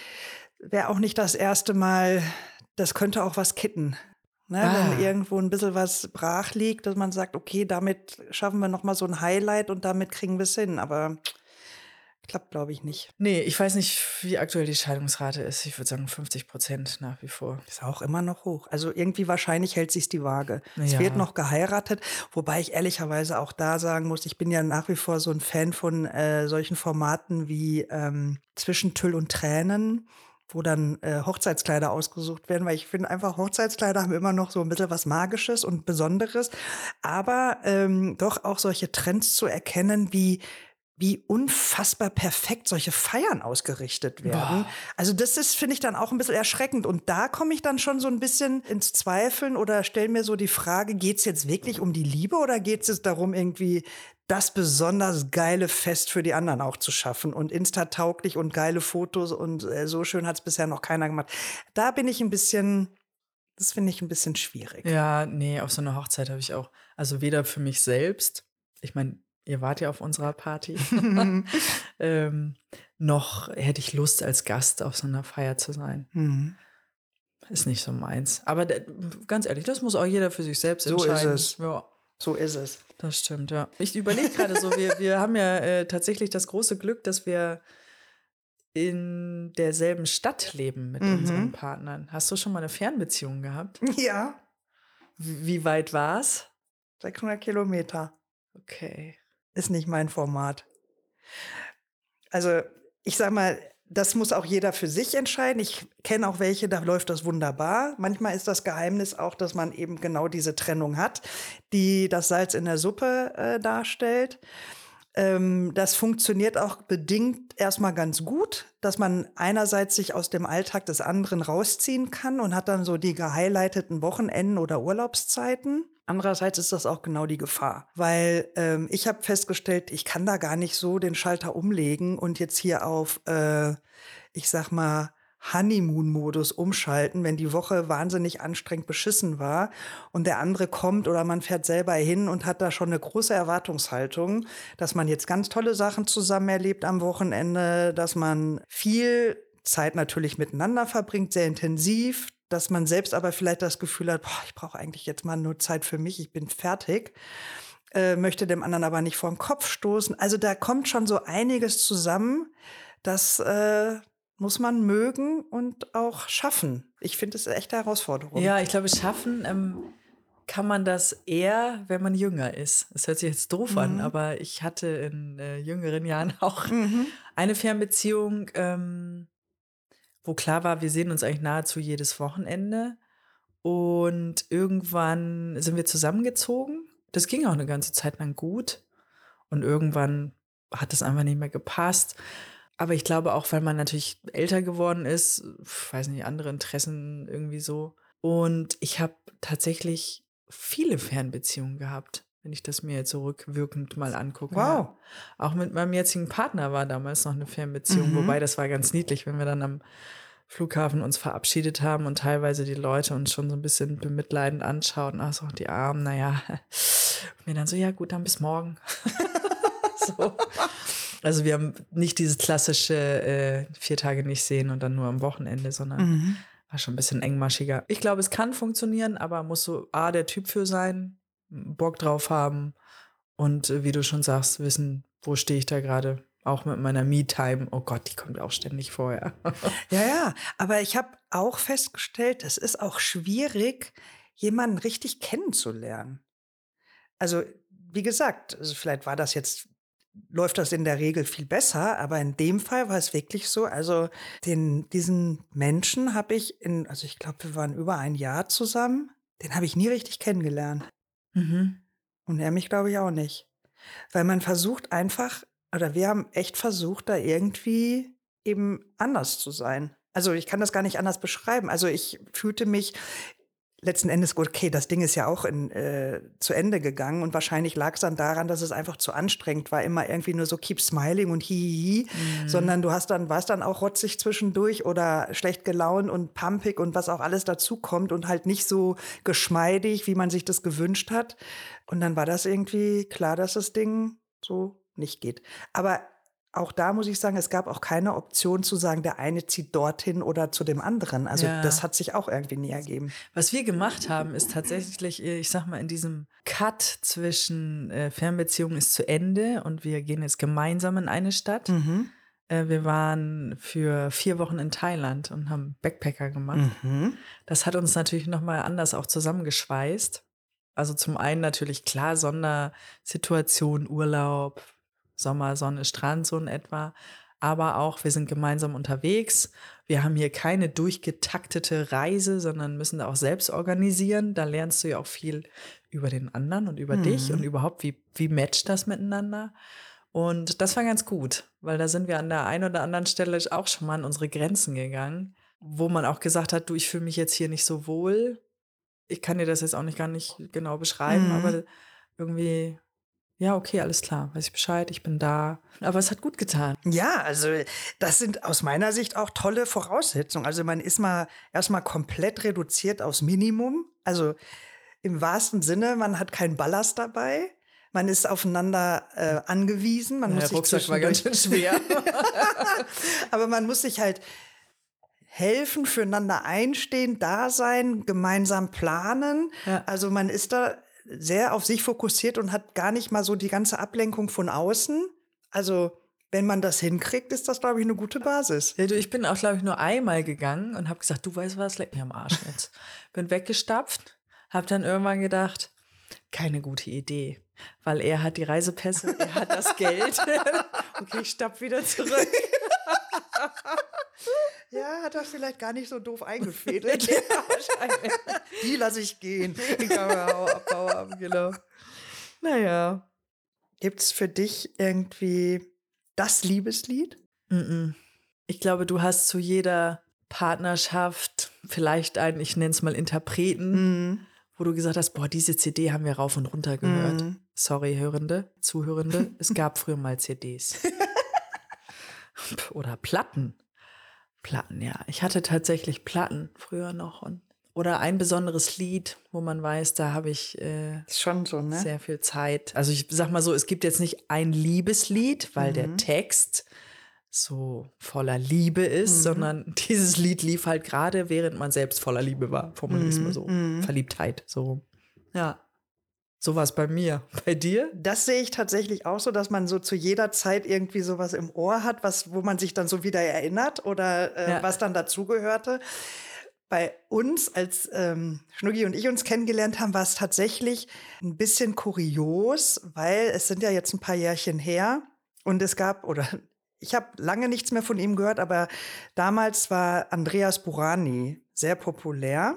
wäre auch nicht das erste Mal, das könnte auch was kitten. Ne, wenn ah, irgendwo ein bisschen was brach liegt, dass man sagt, okay, damit schaffen wir noch mal so ein Highlight und damit kriegen wir es hin. Aber klappt, glaube ich, nicht. nee, ich weiß nicht, wie aktuell die Scheidungsrate ist. Ich würde sagen fünfzig Prozent nach wie vor. Ist auch immer noch hoch. Also irgendwie wahrscheinlich hält sich die Waage. Es wird Ja. noch geheiratet, wobei ich ehrlicherweise auch da sagen muss, ich bin ja nach wie vor so ein Fan von äh, solchen Formaten wie ähm, Zwischen Tüll und Tränen, wo dann äh, Hochzeitskleider ausgesucht werden, weil ich finde einfach, Hochzeitskleider haben immer noch so ein bisschen was Magisches und Besonderes. Aber ähm, doch auch solche Trends zu erkennen, wie wie unfassbar perfekt solche Feiern ausgerichtet werden. Boah. Also das ist, finde ich, dann auch ein bisschen erschreckend. Und da komme ich dann schon so ein bisschen ins Zweifeln oder stelle mir so die Frage, geht's jetzt wirklich um die Liebe oder geht's jetzt darum, irgendwie das besonders geile Fest für die anderen auch zu schaffen und insta-tauglich und geile Fotos und äh, so schön hat's bisher noch keiner gemacht. Da bin ich ein bisschen, das finde ich ein bisschen schwierig. Ja, nee, auf so eine Hochzeit habe ich auch, also weder für mich selbst, ich meine, ihr wart ja auf unserer Party, ähm, noch hätte ich Lust, als Gast auf so einer Feier zu sein. Mhm. Ist nicht so meins. Aber d ganz ehrlich, das muss auch jeder für sich selbst So ist entscheiden. es. Ja. So ist es. Das stimmt, ja. Ich überlege gerade so, wir, wir haben ja äh, tatsächlich das große Glück, dass wir in derselben Stadt leben mit unseren Mhm. Partnern. Hast du schon mal eine Fernbeziehung gehabt? Ja, Wie, wie weit war's? sechshundert Kilometer Okay. ist nicht mein Format. Also, ich sag mal, das muss auch jeder für sich entscheiden. Ich kenne auch welche, da läuft das wunderbar. Manchmal ist das Geheimnis auch, dass man eben genau diese Trennung hat, die das Salz in der Suppe äh, darstellt. Ähm, das funktioniert auch bedingt erstmal ganz gut, dass man einerseits sich aus dem Alltag des anderen rausziehen kann und hat dann so die gehighlighteten Wochenenden oder Urlaubszeiten. Andererseits ist das auch genau die Gefahr, weil ähm, ich habe festgestellt, ich kann da gar nicht so den Schalter umlegen und jetzt hier auf, äh, ich sag mal, Honeymoon-Modus umschalten, wenn die Woche wahnsinnig anstrengend beschissen war und der andere kommt oder man fährt selber hin und hat da schon eine große Erwartungshaltung, dass man jetzt ganz tolle Sachen zusammen erlebt am Wochenende, dass man viel Zeit natürlich miteinander verbringt, sehr intensiv, dass man selbst aber vielleicht das Gefühl hat, boah, ich brauche eigentlich jetzt mal nur Zeit für mich, ich bin fertig, äh, möchte dem anderen aber nicht vor den Kopf stoßen. Also da kommt schon so einiges zusammen, das äh, muss man mögen und auch schaffen. Ich finde es eine echte Herausforderung. Ja, ich glaube, schaffen ähm, kann man das eher, wenn man jünger ist. Das hört sich jetzt doof an, aber ich hatte in äh, jüngeren Jahren auch Mhm. eine Fernbeziehung, ähm, wo klar war, wir sehen uns eigentlich nahezu jedes Wochenende. Und irgendwann sind wir zusammengezogen. Das ging auch eine ganze Zeit lang gut. Und irgendwann hat es einfach nicht mehr gepasst. Aber ich glaube auch, weil man natürlich älter geworden ist, pf, weiß nicht, andere Interessen irgendwie so. Und ich habe tatsächlich viele Fernbeziehungen gehabt, wenn ich das mir jetzt so rückwirkend mal angucke. Ja. Wow. Auch mit meinem jetzigen Partner war damals noch eine Fernbeziehung, Mhm. wobei das war ganz niedlich, wenn wir dann am Flughafen uns verabschiedet haben und teilweise die Leute uns schon so ein bisschen bemitleidend anschauten. Ach so, die Armen, naja. Und mir dann so, ja gut, dann bis morgen. So. Also wir haben nicht dieses klassische äh, vier Tage nicht sehen und dann nur am Wochenende, sondern Mhm. war schon ein bisschen engmaschiger. Ich glaube, es kann funktionieren, aber muss so A, der Typ für sein, Bock drauf haben und äh, wie du schon sagst, wissen, wo stehe ich da gerade. Auch mit meiner Me-Time. Oh Gott, die kommt auch ständig vorher. Ja, ja, aber ich habe auch festgestellt, es ist auch schwierig, jemanden richtig kennenzulernen. Also, wie gesagt, also vielleicht war das jetzt läuft das in der Regel viel besser, aber in dem Fall war es wirklich so, also den diesen Menschen habe ich in also ich glaube, wir waren über ein Jahr zusammen, den habe ich nie richtig kennengelernt Mhm. und er mich, glaube ich, auch nicht. Weil man versucht einfach oder wir haben echt versucht, da irgendwie eben anders zu sein. Also, ich kann das gar nicht anders beschreiben. Also, ich fühlte mich letzten Endes gut, okay, das Ding ist ja auch in äh, zu Ende gegangen und wahrscheinlich lag es dann daran, dass es einfach zu anstrengend war, immer irgendwie nur so keep smiling und hihihi, Mhm. sondern du hast dann warst dann auch rotzig zwischendurch oder schlecht gelaunt und pumpig und was auch alles dazukommt und halt nicht so geschmeidig, wie man sich das gewünscht hat. Und dann war das irgendwie klar, dass das Ding so nicht geht. Aber auch da muss ich sagen, es gab auch keine Option zu sagen, der eine zieht dorthin oder zu dem anderen. Also, Ja. das hat sich auch irgendwie nie ergeben. Was wir gemacht haben, ist tatsächlich, äh, ich sag mal, in diesem Cut zwischen äh, Fernbeziehung ist zu Ende und wir gehen jetzt gemeinsam in eine Stadt. Mhm. Äh, wir waren für vier Wochen in Thailand und haben Backpacker gemacht. Mhm. Das hat uns natürlich nochmal anders auch zusammengeschweißt. Also zum einen natürlich klar, Sondersituation, Urlaub, Sommer, Sonne, Strand, so in etwa. Aber auch, wir sind gemeinsam unterwegs. Wir haben hier keine durchgetaktete Reise, sondern müssen da auch selbst organisieren. Da lernst du ja auch viel über den anderen und über dich und Mhm. überhaupt, wie, wie matcht das miteinander. Und das war ganz gut, weil da sind wir an der einen oder anderen Stelle auch schon mal an unsere Grenzen gegangen, wo man auch gesagt hat, du, ich fühle mich jetzt hier nicht so wohl. Ich kann dir das jetzt auch nicht gar nicht genau beschreiben, Mhm. aber irgendwie, ja, okay, alles klar, weiß ich Bescheid, ich bin da. Aber es hat gut getan. Ja, also das sind aus meiner Sicht auch tolle Voraussetzungen. Also man ist mal erstmal komplett reduziert aufs Minimum. Also im wahrsten Sinne, man hat keinen Ballast dabei. Man ist aufeinander äh, angewiesen. Man Ja, muss der sich Rucksack war ganz schön zwischendurch- schwer. Aber man muss sich halt helfen, füreinander einstehen, da sein, gemeinsam planen. Ja. Also man ist da sehr auf sich fokussiert und hat gar nicht mal so die ganze Ablenkung von außen. Also wenn man das hinkriegt, ist das, glaube ich, eine gute Basis. Ja, du, ich bin auch, glaube ich, nur einmal gegangen und habe gesagt, du weißt was, leck mir am Arsch jetzt. Bin weggestapft, habe dann irgendwann gedacht, keine gute Idee, weil er hat die Reisepässe, er hat das Geld. Okay, ich stapf wieder zurück. Ja, hat er vielleicht gar nicht so doof eingefädelt. Ja, wahrscheinlich. Die lasse ich gehen. Ich glaube, hau ab, hau ab, genau. Naja. Gibt es für dich irgendwie das Liebeslied? Mm-mm. Ich glaube, du hast zu jeder Partnerschaft vielleicht einen, ich nenne es mal Interpreten, Mhm. wo du gesagt hast, boah, diese C D haben wir rauf und runter gehört. Mhm. Sorry, Hörende, Zuhörende, es gab früher mal C Ds. Oder Platten. Platten, ja. Ich hatte tatsächlich Platten früher noch. Und, oder ein besonderes Lied, wo man weiß, da habe ich äh, Ist schon so, ne? sehr viel Zeit. Also ich sag mal so, es gibt jetzt nicht ein Liebeslied, weil Mhm. der Text so voller Liebe ist, Mhm. sondern dieses Lied lief halt gerade, während man selbst voller Liebe war. Formulier es mal so. Mhm. Verliebtheit, so. Ja. So war es bei mir. Bei dir? Das sehe ich tatsächlich auch so, dass man so zu jeder Zeit irgendwie sowas im Ohr hat, was, wo man sich dann so wieder erinnert oder äh, Ja. was dann dazugehörte. Bei uns, als ähm, Schnuggi und ich uns kennengelernt haben, war es tatsächlich ein bisschen kurios, weil es sind ja jetzt ein paar Jährchen her und es gab, oder ich habe lange nichts mehr von ihm gehört, aber damals war Andreas Burani sehr populär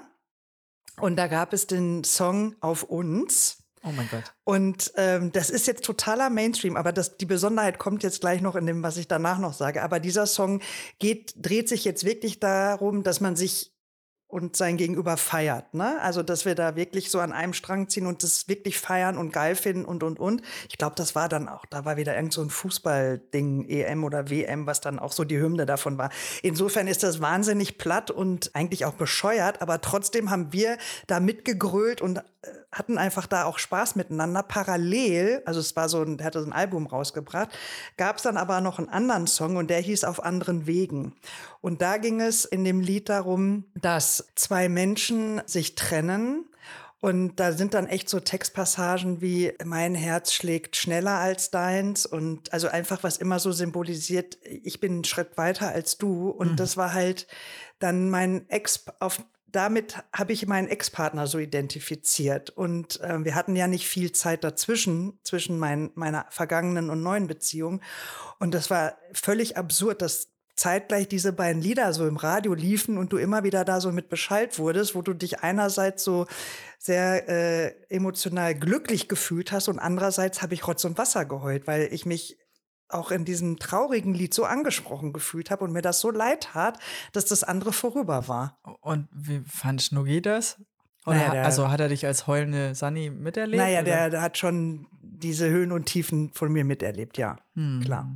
und da gab es den Song Auf uns. Oh mein Gott. Und ähm, das ist jetzt totaler Mainstream, aber das, die Besonderheit kommt jetzt gleich noch in dem, was ich danach noch sage. Aber dieser Song geht, dreht sich jetzt wirklich darum, dass man sich und sein Gegenüber feiert, ne? Also, dass wir da wirklich so an einem Strang ziehen und das wirklich feiern und geil finden und, und, und. Ich glaube, das war dann auch, da war wieder irgend so ein Fußballding, E M oder W M, was dann auch so die Hymne davon war. Insofern ist das wahnsinnig platt und eigentlich auch bescheuert, aber trotzdem haben wir da mitgegrölt und äh, hatten einfach da auch Spaß miteinander. Parallel, also es war so ein, der hatte so ein Album rausgebracht, gab es dann aber noch einen anderen Song und der hieß Auf anderen Wegen. Und da ging es in dem Lied darum, dass zwei Menschen sich trennen und da sind dann echt so Textpassagen wie mein Herz schlägt schneller als deins und also einfach was immer so symbolisiert, ich bin einen Schritt weiter als du und mhm. das war halt dann mein Ex auf damit habe ich meinen Ex-Partner so identifiziert und äh, wir hatten ja nicht viel Zeit dazwischen, zwischen mein, meiner vergangenen und neuen Beziehung und das war völlig absurd, dass zeitgleich diese beiden Lieder so im Radio liefen und du immer wieder da so mit Bescheid wurdest, wo du dich einerseits so sehr äh, emotional glücklich gefühlt hast und andererseits habe ich Rotz und Wasser geheult, weil ich mich auch in diesem traurigen Lied so angesprochen gefühlt habe und mir das so leid tat, dass das andere vorüber war. Und wie fand Schnuggi das? Oder Naja, der, also hat er dich als heulende Sunny miterlebt? Naja, oder? Der, der hat schon diese Höhen und Tiefen von mir miterlebt, ja, Hm. klar.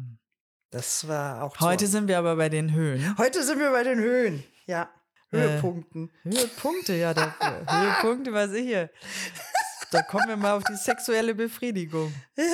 Das war auch Heute so. sind wir aber bei den Höhen. Heute sind wir bei den Höhen, ja. Höhepunkten. Äh, Höhepunkte, ja. Da, Höhepunkte, was ich hier. Da kommen wir mal auf die sexuelle Befriedigung. Ja.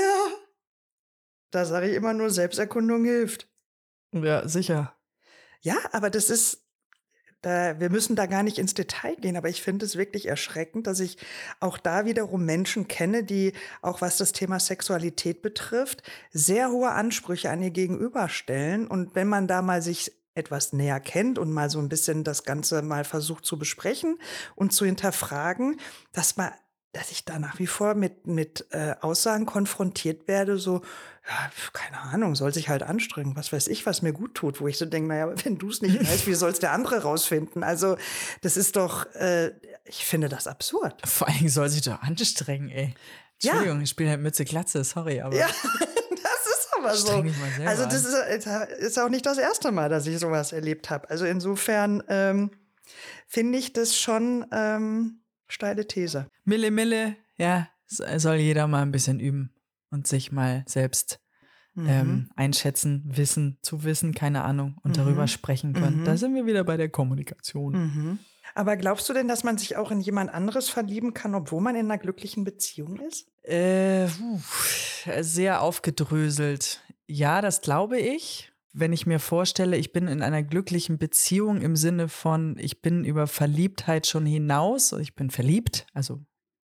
Da sage ich immer nur, Selbsterkundung hilft. Ja, sicher. Ja, aber das ist, da, wir müssen da gar nicht ins Detail gehen, aber ich finde es wirklich erschreckend, dass ich auch da wiederum Menschen kenne, die, auch was das Thema Sexualität betrifft, sehr hohe Ansprüche an ihr Gegenüber stellen. Und wenn man da mal sich etwas näher kennt und mal so ein bisschen das Ganze mal versucht zu besprechen und zu hinterfragen, dass man dass ich da nach wie vor mit, mit äh, Aussagen konfrontiert werde, so, ja, keine Ahnung, soll sich halt anstrengen, was weiß ich, was mir gut tut, wo ich so denke, naja, wenn du es nicht weißt, wie soll es der andere rausfinden? Also das ist doch, äh, ich finde das absurd. Vor allem soll sich doch anstrengen, ey. Entschuldigung, ja. Ich spiele halt Mütze Glatze, sorry, aber... Ja, das ist aber so. Also das ist, ist auch nicht das erste Mal, dass ich sowas erlebt habe. Also insofern ähm, finde ich das schon... Ähm, steile These. Mille, Mille, ja, soll jeder mal ein bisschen üben und sich mal selbst mhm. ähm, einschätzen, wissen, zu wissen, keine Ahnung, und mhm. darüber sprechen können. Mhm. Da sind wir wieder bei der Kommunikation. Mhm. Aber glaubst du denn, dass man sich auch in jemand anderes verlieben kann, obwohl man in einer glücklichen Beziehung ist? Äh, uff, sehr aufgedröselt. Ja, das glaube ich. Wenn ich mir vorstelle, ich bin in einer glücklichen Beziehung im Sinne von, ich bin über Verliebtheit schon hinaus, ich bin verliebt, also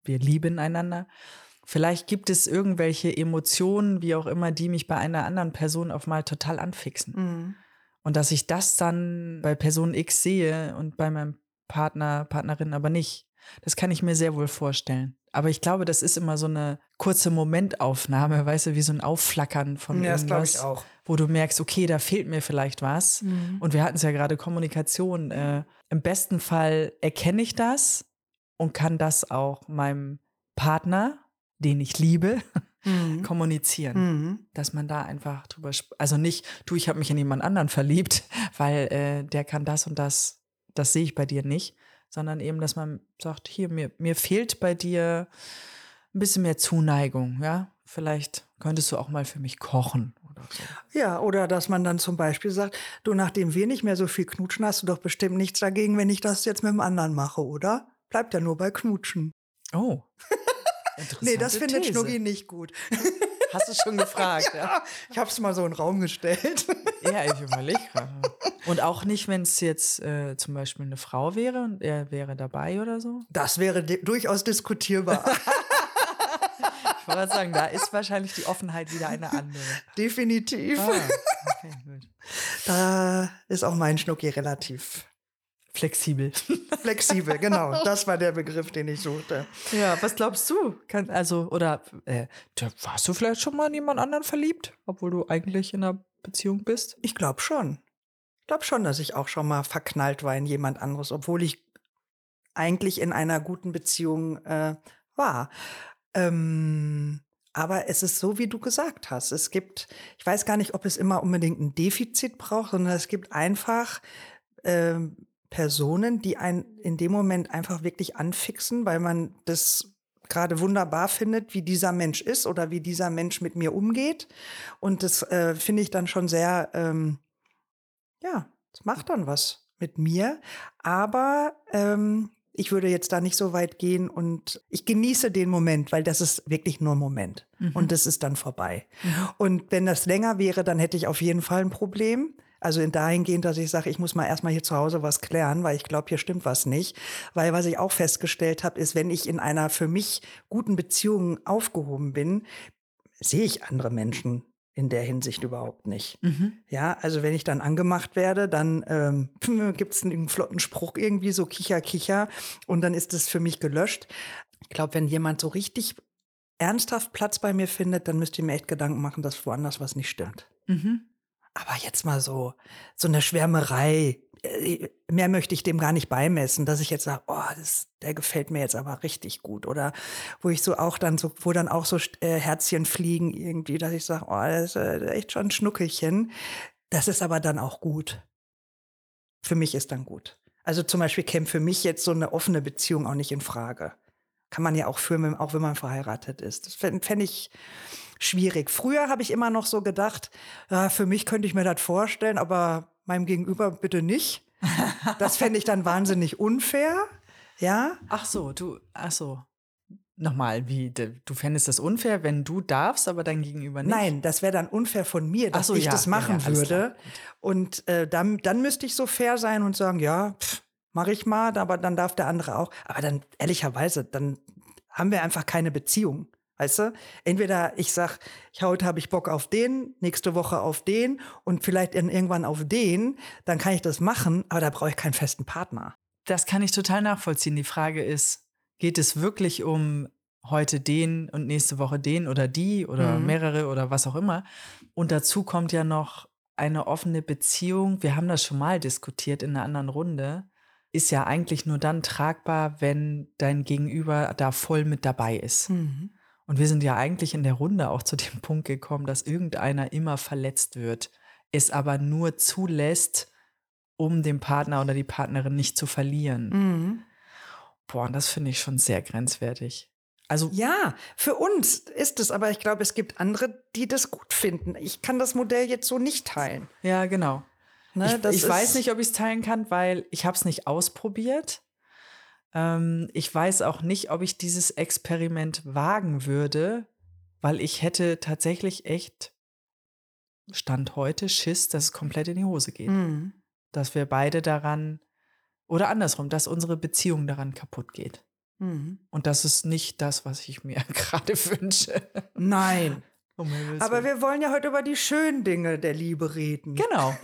wir lieben einander. Vielleicht gibt es irgendwelche Emotionen, wie auch immer, die mich bei einer anderen Person auf mal total anfixen. Mhm. Und dass ich das dann bei Person X sehe und bei meinem Partner, Partnerin aber nicht. Das kann ich mir sehr wohl vorstellen. Aber ich glaube, das ist immer so eine kurze Momentaufnahme, weißt du, wie so ein Aufflackern von Ja, das glaube ich irgendwas, auch. wo du merkst, okay, da fehlt mir vielleicht was. Mhm. Und wir hatten es ja gerade, Kommunikation. Äh, im besten Fall erkenne ich das und kann das auch meinem Partner, den ich liebe, Mhm. kommunizieren. Mhm. Dass man da einfach drüber, sp- also nicht, du, ich habe mich in jemand anderen verliebt, weil äh, der kann das und das, das sehe ich bei dir nicht, sondern eben, dass man sagt, hier, mir, mir fehlt bei dir ein bisschen mehr Zuneigung, ja, vielleicht könntest du auch mal für mich kochen oder so. Ja, oder dass man dann zum Beispiel sagt, du, nachdem wir nicht mehr so viel knutschen, hast du doch bestimmt nichts dagegen, wenn ich das jetzt mit dem anderen mache, oder? Bleibt ja nur bei Knutschen. Oh, Nee, das interessante findet These. Schnucki nicht gut. Hast du schon gefragt, ja? Ja, ich habe es mal so in den Raum gestellt. Ja, ich überlege gerade. Und auch nicht, wenn es jetzt äh, zum Beispiel eine Frau wäre und er wäre dabei oder so? Das wäre di- durchaus diskutierbar. Ich wollte sagen, da ist wahrscheinlich die Offenheit wieder eine andere. Definitiv. Ah, okay, gut. Da ist auch mein Schnucki relativ Flexibel. flexibel. Genau, das war der Begriff, den ich suchte. Ja, was glaubst du? Kann, also, oder äh, da- warst du vielleicht schon mal in jemand anderen verliebt, obwohl du eigentlich in einer Beziehung bist? Ich glaube schon. Ich glaube schon, dass ich auch schon mal verknallt war in jemand anderes, obwohl ich eigentlich in einer guten Beziehung äh, war. Ähm, aber es ist so, wie du gesagt hast. Es gibt, ich weiß gar nicht, ob es immer unbedingt ein Defizit braucht, sondern es gibt einfach ähm, Personen, die einen in dem Moment einfach wirklich anfixen, weil man das gerade wunderbar findet, wie dieser Mensch ist oder wie dieser Mensch mit mir umgeht. Und das äh, finde ich dann schon sehr, ähm, ja, es macht dann was mit mir. Aber ähm, ich würde jetzt da nicht so weit gehen und ich genieße den Moment, weil das ist wirklich nur ein Moment. Und das ist dann vorbei. Und wenn das länger wäre, dann hätte ich auf jeden Fall ein Problem. Also in dahingehend, dass ich sage, ich muss mal erstmal hier zu Hause was klären, weil ich glaube, hier stimmt was nicht. Weil was ich auch festgestellt habe, ist, wenn ich in einer für mich guten Beziehung aufgehoben bin, sehe ich andere Menschen in der Hinsicht überhaupt nicht. Ja, also wenn ich dann angemacht werde, dann ähm, gibt es einen flotten Spruch irgendwie, so kicher, kicher, und dann ist es für mich gelöscht. Ich glaube, wenn jemand so richtig ernsthaft Platz bei mir findet, dann müsst ihr mir echt Gedanken machen, dass woanders was nicht stimmt. Mhm. Aber jetzt mal so, so eine Schwärmerei. äh, Mehr möchte ich dem gar nicht beimessen, dass ich jetzt sage, oh, das, der gefällt mir jetzt aber richtig gut. Oder wo ich so auch dann so, wo dann auch so äh, Herzchen fliegen irgendwie, dass ich sage, oh, das ist äh, echt schon ein Schnuckelchen. Das ist aber dann auch gut. Für mich ist dann gut. Also zum Beispiel käme für mich jetzt so eine offene Beziehung auch nicht in Frage. Kann man ja auch führen, auch wenn man verheiratet ist. Das fände fänd ich schwierig. Früher habe ich immer noch so gedacht, ja, für mich könnte ich mir das vorstellen, aber meinem Gegenüber bitte nicht. Das fände ich dann wahnsinnig unfair. Ja, Ach so, du, ach so. Nochmal, wie, de- du fändest das unfair, wenn du darfst, aber dein Gegenüber nicht? nein, das wäre dann unfair von mir, Ach dass so, ich ja, das ja, machen ja, alles klar, würde. Und äh, dann, dann müsste ich so fair sein und sagen, ja, mache ich mal, aber dann darf der andere auch. Aber dann, ehrlicherweise, dann haben wir einfach keine Beziehung. Weißt du? Entweder ich sag, ich heute habe ich Bock auf den, nächste Woche auf den und vielleicht dann irgendwann auf den, dann kann ich das machen, aber da brauche ich keinen festen Partner. Das kann ich total nachvollziehen. Die Frage ist, geht es wirklich um heute den und nächste Woche den oder die oder Mhm. mehrere oder was auch immer? Und dazu kommt ja noch eine offene Beziehung. Wir haben das schon mal diskutiert in einer anderen Runde. Ist ja eigentlich nur dann tragbar, wenn dein Gegenüber da voll mit dabei ist. Mhm. Und wir sind ja eigentlich in der Runde auch zu dem Punkt gekommen, dass irgendeiner immer verletzt wird, es aber nur zulässt, um den Partner oder die Partnerin nicht zu verlieren. Mhm. Boah, und das finde ich schon sehr grenzwertig. Also, Ja, für uns ist es, aber ich glaube, es gibt andere, die das gut finden. Ich kann das Modell jetzt so nicht teilen. ja, genau. Ne, Ich, das ich weiß ist- nicht, ob ich es teilen kann, weil ich habe es nicht ausprobiert. Ähm, ich weiß auch nicht, ob ich dieses Experiment wagen würde, weil ich hätte tatsächlich echt Stand heute Schiss, dass es komplett in die Hose geht. Mhm. Dass wir beide daran, oder andersrum, dass unsere Beziehung daran kaputt geht. Mhm. Und das ist nicht das, was ich mir gerade wünsche. Nein. Um Himmels Aber Willen. wir wollen ja heute über die schönen Dinge der Liebe reden. Genau.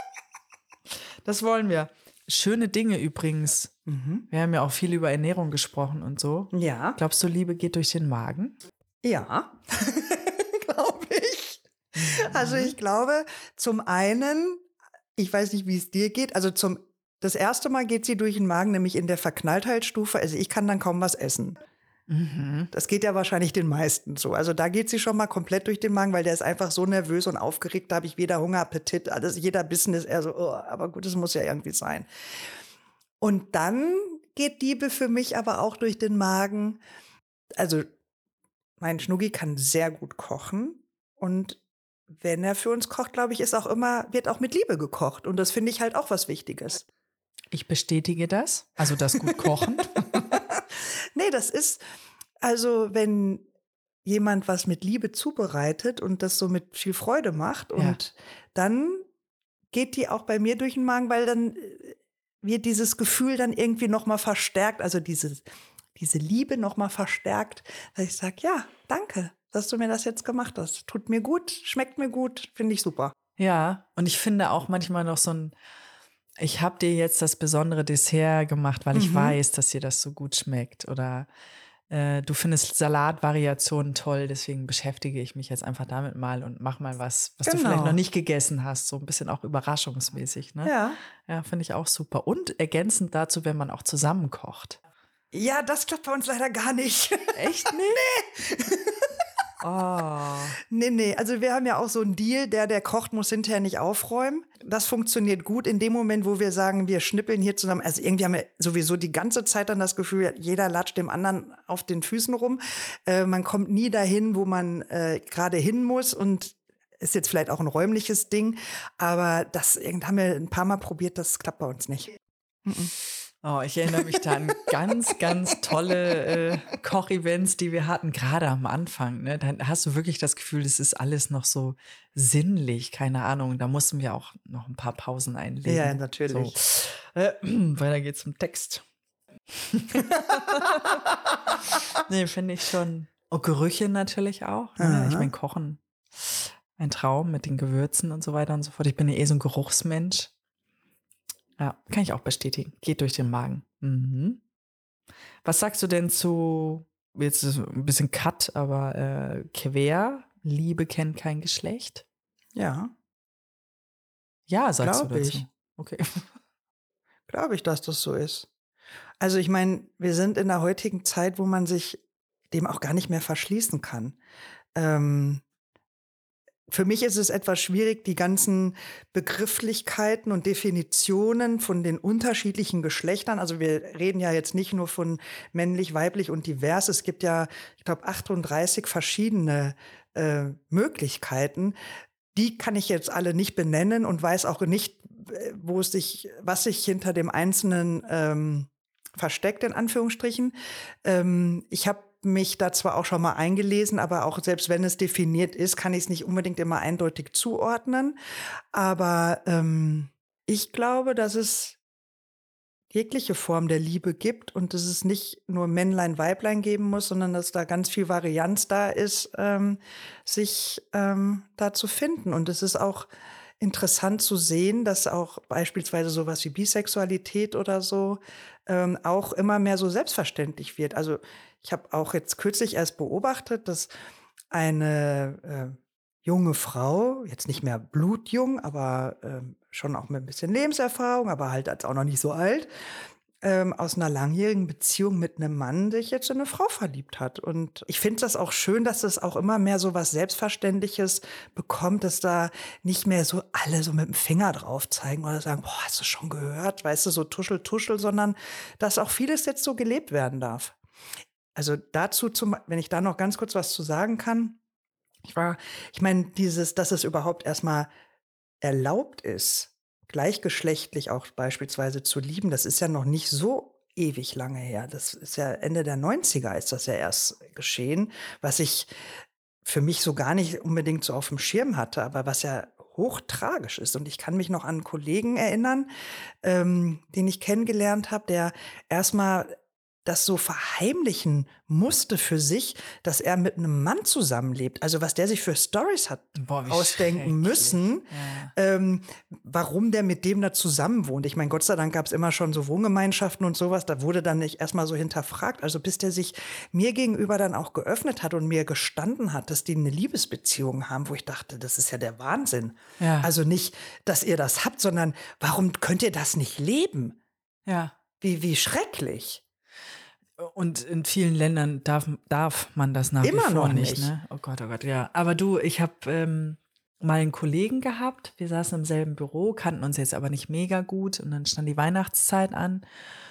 Das wollen wir. Schöne Dinge übrigens. Mhm. Wir haben ja auch viel über Ernährung gesprochen und so. Ja. Glaubst du, Liebe geht durch den Magen? Ja. Glaube ich. Also ich glaube, zum einen, ich weiß nicht, wie es dir geht, also zum das erste Mal geht sie durch den Magen, nämlich in der Verknalltheitsstufe. Also ich kann dann kaum was essen. Mhm. Das geht ja wahrscheinlich den meisten so. Also da geht sie schon mal komplett durch den Magen, weil der ist einfach so nervös und aufgeregt. Da habe ich weder Hunger, Appetit, alles, jeder Bissen ist eher so, oh, aber gut, es muss ja irgendwie sein. Und dann geht Liebe für mich aber auch durch den Magen. Also mein Schnuggi kann sehr gut kochen und wenn er für uns kocht, glaube ich, ist auch immer, wird auch mit Liebe gekocht. Und das finde ich halt auch was Wichtiges. Ich bestätige das. Also das gut kochen. Nee, das ist, also wenn jemand was mit Liebe zubereitet und das so mit viel Freude macht Ja. und dann geht die auch bei mir durch den Magen, weil dann äh, wird dieses Gefühl dann irgendwie noch mal verstärkt, also diese, diese Liebe noch mal verstärkt, dass ich sage, ja, danke, dass du mir das jetzt gemacht hast. Tut mir gut, schmeckt mir gut, finde ich super. Ja, und ich finde auch manchmal noch so ein, ich habe dir jetzt das besondere Dessert gemacht, weil ich Mhm. weiß, dass dir das so gut schmeckt. Oder äh, du findest Salatvariationen toll, deswegen beschäftige ich mich jetzt einfach damit mal und mach mal was, was du vielleicht Genau. noch nicht gegessen hast. So ein bisschen auch überraschungsmäßig, ne? Ja. Ja, finde ich auch super. Und ergänzend dazu, wenn man auch zusammen kocht. Ja, das klappt bei uns leider gar nicht. Echt nicht? Oh. Nee, nee, also wir haben ja auch so einen Deal, der, der kocht, muss hinterher nicht aufräumen. Das funktioniert gut in dem Moment, wo wir sagen, wir schnippeln hier zusammen. Also irgendwie haben wir sowieso die ganze Zeit dann das Gefühl, jeder latscht dem anderen auf den Füßen rum. Äh, man kommt nie dahin, wo man äh, gerade hin muss und ist jetzt vielleicht auch ein räumliches Ding. Aber das irgend- haben wir ein paar Mal probiert, das klappt bei uns nicht. Mhm. Oh, ich erinnere mich da an ganz, ganz tolle äh, Kochevents, die wir hatten, gerade am Anfang. Ne? Dann hast du wirklich das Gefühl, es ist alles noch so sinnlich, keine Ahnung. Da mussten wir auch noch ein paar Pausen einlegen. Ja, natürlich. So. Äh, weiter geht's zum Text. Nee, finde ich schon. Und Gerüche natürlich auch. Ne? Aha. Ich meine, Kochen, ein Traum mit den Gewürzen und so weiter und so fort. Ich bin ja eh so ein Geruchsmensch. Ja, kann ich auch bestätigen. Geht durch den Magen. Mhm. Was sagst du denn zu, jetzt ist ein bisschen Cut, aber äh, quer, Liebe kennt kein Geschlecht? Ja, Ja, sagst du glaube dazu. ich. Okay. Glaube ich, dass das so ist. Also ich meine, wir sind in der heutigen Zeit, wo man sich dem auch gar nicht mehr verschließen kann. Ähm, für mich ist es etwas schwierig, die ganzen Begrifflichkeiten und Definitionen von den unterschiedlichen Geschlechtern. Also wir reden ja jetzt nicht nur von männlich, weiblich und divers. Es gibt ja, ich glaube, achtunddreißig verschiedene äh, Möglichkeiten. Die kann ich jetzt alle nicht benennen und weiß auch nicht, äh, wo es sich, was sich hinter dem Einzelnen ähm, versteckt, in Anführungsstrichen. Ähm, ich habe mich da zwar auch schon mal eingelesen, aber auch selbst wenn es definiert ist, kann ich es nicht unbedingt immer eindeutig zuordnen. Aber ähm, ich glaube, dass es jegliche Form der Liebe gibt und dass es nicht nur Männlein, Weiblein geben muss, sondern dass da ganz viel Varianz da ist, ähm, sich ähm, da zu finden. Und es ist auch interessant zu sehen, dass auch beispielsweise sowas wie Bisexualität oder so ähm, auch immer mehr so selbstverständlich wird. Also ich habe auch jetzt kürzlich erst beobachtet, dass eine äh, junge Frau, jetzt nicht mehr blutjung, aber ähm, schon auch mit ein bisschen Lebenserfahrung, aber halt als auch noch nicht so alt, ähm, aus einer langjährigen Beziehung mit einem Mann sich jetzt in eine Frau verliebt hat. Und ich finde das auch schön, dass es auch immer mehr so was Selbstverständliches bekommt, dass da nicht mehr so alle so mit dem Finger drauf zeigen oder sagen, boah, hast du schon gehört, weißt du, so tuschel, tuschel, sondern dass auch vieles jetzt so gelebt werden darf. Also dazu, zum, wenn ich da noch ganz kurz was zu sagen kann, ich war, ich meine, dieses, dass es überhaupt erstmal erlaubt ist, gleichgeschlechtlich auch beispielsweise zu lieben, das ist ja noch nicht so ewig lange her. Das ist ja Ende der Neunziger ist das ja erst geschehen, was ich für mich so gar nicht unbedingt so auf dem Schirm hatte, aber was ja hochtragisch ist. Und ich kann mich noch an einen Kollegen erinnern, ähm, den ich kennengelernt habe, der erstmal das so verheimlichen musste für sich, dass er mit einem Mann zusammenlebt. Also was der sich für Storys hat Boah, wie ausdenken müssen, Ja. ähm, warum der mit dem da zusammen wohnt. Ich meine, Gott sei Dank gab es immer schon so Wohngemeinschaften und sowas. Da wurde dann nicht erstmal so hinterfragt. Also bis der sich mir gegenüber dann auch geöffnet hat und mir gestanden hat, dass die eine Liebesbeziehung haben, wo ich dachte, das ist ja der Wahnsinn. Ja. Also nicht, dass ihr das habt, sondern warum könnt ihr das nicht leben? Ja. Wie, wie schrecklich. Und in vielen Ländern darf, darf man das nach Immer wie vor noch nicht, nicht. ne? Oh Gott, oh Gott, ja. Aber du, ich habe ähm, mal einen Kollegen gehabt. Wir saßen im selben Büro, kannten uns jetzt aber nicht mega gut. Und dann stand die Weihnachtszeit an.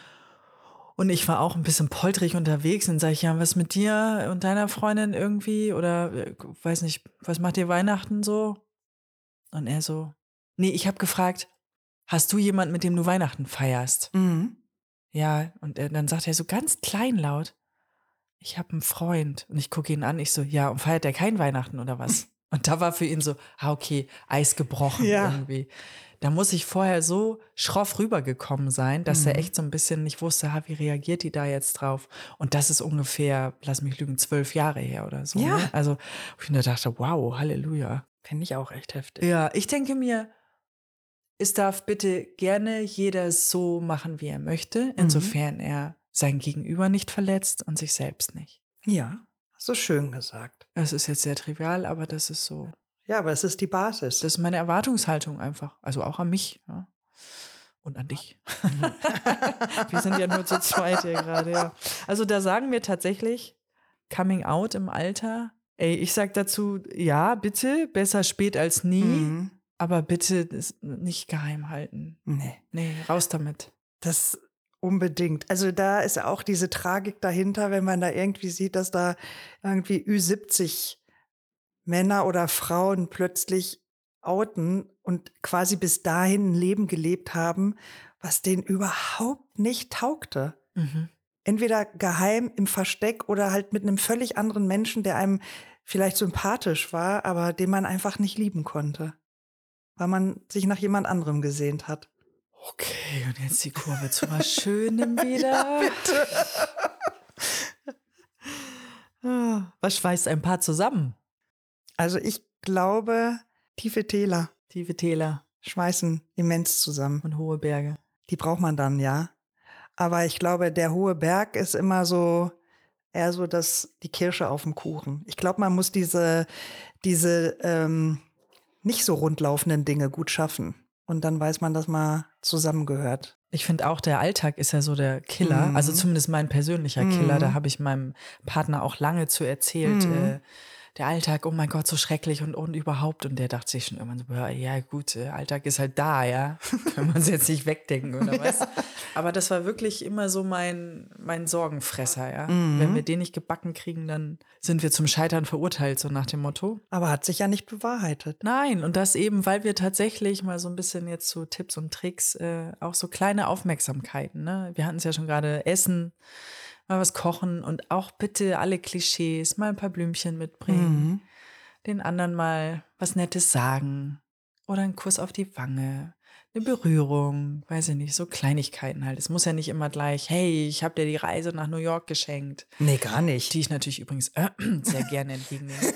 Und ich war auch ein bisschen poltrig unterwegs. Und sage ich, ja, was mit dir und deiner Freundin irgendwie? Oder äh, weiß nicht, was macht ihr Weihnachten so? Und er so, nee, ich habe gefragt, hast du jemanden, mit dem du Weihnachten feierst? Mhm. Ja, und er, dann sagt er so ganz kleinlaut, ich habe einen Freund. Und ich gucke ihn an, ich so, ja, und feiert der kein Weihnachten oder was? Und da war für ihn so, ah, okay, Eis gebrochen Ja. irgendwie. Da muss ich vorher so schroff rübergekommen sein, dass er Mhm. echt so ein bisschen nicht wusste, ha, wie reagiert die da jetzt drauf? Und das ist ungefähr, lass mich lügen, zwölf Jahre her oder so. Ja. Ne? Also, wo ich mir dachte, wow, Halleluja. Finde ich auch echt heftig. Ja, ich denke mir, es darf bitte gerne jeder so machen, wie er möchte, insofern er sein Gegenüber nicht verletzt und sich selbst nicht. Ja, so schön gesagt. Das ist jetzt sehr trivial, aber das ist so, Ja, aber es ist die Basis. das ist meine Erwartungshaltung einfach. Also auch an mich, ja. Und an dich. Wir sind ja nur zu zweit hier gerade, ja. Also da sagen wir tatsächlich, Coming Out im Alter, ey, ich sag dazu, ja, bitte, besser spät als nie, Mhm. aber bitte das nicht geheim halten. Nee, Nee, raus damit. das unbedingt. Also da ist auch diese Tragik dahinter, wenn man da irgendwie sieht, dass da irgendwie Ü siebzig Männer oder Frauen plötzlich outen und quasi bis dahin ein Leben gelebt haben, was denen überhaupt nicht taugte. Mhm. Entweder geheim im Versteck oder halt mit einem völlig anderen Menschen, der einem vielleicht sympathisch war, aber den man einfach nicht lieben konnte, weil man sich nach jemand anderem gesehnt hat. Okay, und jetzt die Kurve zu was Schönem wieder. Ah, was schweißt ein Paar zusammen? Also ich glaube, tiefe Täler Tiefe Täler schmeißen immens zusammen. und hohe Berge. Die braucht man dann, ja. Aber ich glaube, der hohe Berg ist immer so eher so das, die Kirsche auf dem Kuchen. Ich glaube, man muss diese, diese ähm, nicht so rundlaufenden Dinge gut schaffen. Und dann weiß man, dass man zusammengehört. Ich finde auch, der Alltag ist ja so der Killer. Mhm. Also zumindest mein persönlicher Killer. Mhm. Da habe ich meinem Partner auch lange zu erzählt. Mhm. Äh, der Alltag, oh mein Gott, so schrecklich und, und überhaupt. Und der dachte sich schon irgendwann so, ja, ja gut, der Alltag ist halt da, ja. Können wir uns jetzt nicht wegdenken oder was? Aber das war wirklich immer so mein, mein Sorgenfresser, ja. Mhm. Wenn wir den nicht gebacken kriegen, dann sind wir zum Scheitern verurteilt, so nach dem Motto. Aber hat sich ja nicht bewahrheitet. Nein, und das eben, weil wir tatsächlich mal so ein bisschen jetzt so Tipps und Tricks, äh, auch so kleine Aufmerksamkeiten, ne? Wir hatten es ja schon gerade, Essen, mal was kochen und auch bitte alle Klischees, mal ein paar Blümchen mitbringen, Mhm. den anderen mal was Nettes sagen oder einen Kuss auf die Wange, eine Berührung, weiß ich nicht, so Kleinigkeiten halt. Es muss ja nicht immer gleich, hey, ich habe dir die Reise nach New York geschenkt, Nee, gar nicht. die ich natürlich übrigens äh, sehr gerne entgegennehme.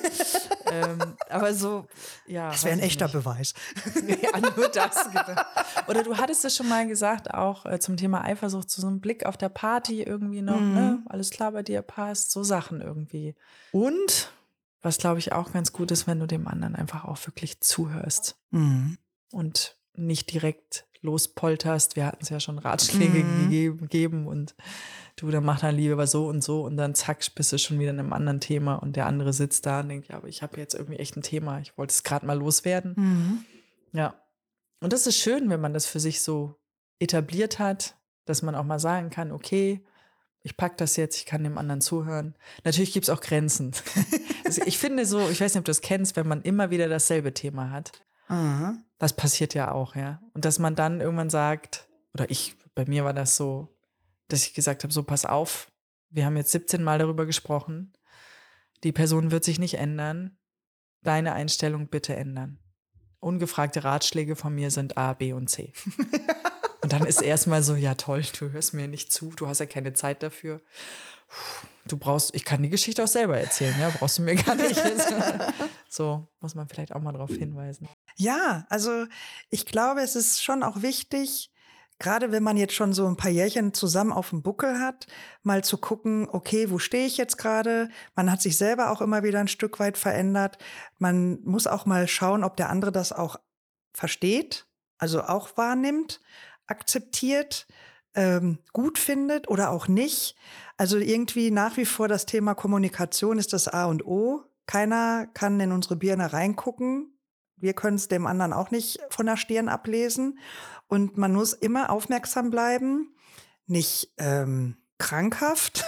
ähm, aber so, ja. Das wäre ein weiß ich echter nicht. Beweis. Ja, nur das. Genau. Oder du hattest es schon mal gesagt, auch äh, zum Thema Eifersucht, so ein Blick auf der Party irgendwie noch, Mhm. ne? Alles klar bei dir passt, so Sachen irgendwie. Und, was glaube ich auch ganz gut ist, wenn du dem anderen einfach auch wirklich zuhörst Mhm. und nicht direkt lospolterst. Wir hatten es ja schon Ratschläge Mhm. gegeben, gegeben und du, dann mach dann lieber so und so und dann zack, bist du schon wieder in einem anderen Thema und der andere sitzt da und denkt, ja, aber ich habe jetzt irgendwie echt ein Thema, ich wollte es gerade mal loswerden. Mhm. Ja. Und das ist schön, wenn man das für sich so etabliert hat, dass man auch mal sagen kann, okay, ich pack das jetzt, ich kann dem anderen zuhören. Natürlich gibt es auch Grenzen. Also ich finde so, ich weiß nicht, ob du das kennst, wenn man immer wieder dasselbe Thema hat. Aha. Das passiert ja auch, ja. Und dass man dann irgendwann sagt, oder ich, bei mir war das so, dass ich gesagt habe, so pass auf, wir haben jetzt siebzehn Mal darüber gesprochen, die Person wird sich nicht ändern, deine Einstellung bitte ändern. Ungefragte Ratschläge von mir sind A, B und C. Und dann ist erstmal so, ja toll, du hörst mir nicht zu, du hast ja keine Zeit dafür. Du brauchst, ich kann die Geschichte auch selber erzählen, ja, brauchst du mir gar nicht. So muss man vielleicht auch mal darauf hinweisen. Ja, also ich glaube, es ist schon auch wichtig, gerade wenn man jetzt schon so ein paar Jährchen zusammen auf dem Buckel hat, mal zu gucken, okay, wo stehe ich jetzt gerade? Man hat sich selber auch immer wieder ein Stück weit verändert. Man muss auch mal schauen, ob der andere das auch versteht, also auch wahrnimmt, akzeptiert, ähm, gut findet oder auch nicht. Also irgendwie nach wie vor das Thema Kommunikation ist das A und O. Keiner kann in unsere Birne reingucken. Wir können es dem anderen auch nicht von der Stirn ablesen. Und man muss immer aufmerksam bleiben, nicht ähm, krankhaft,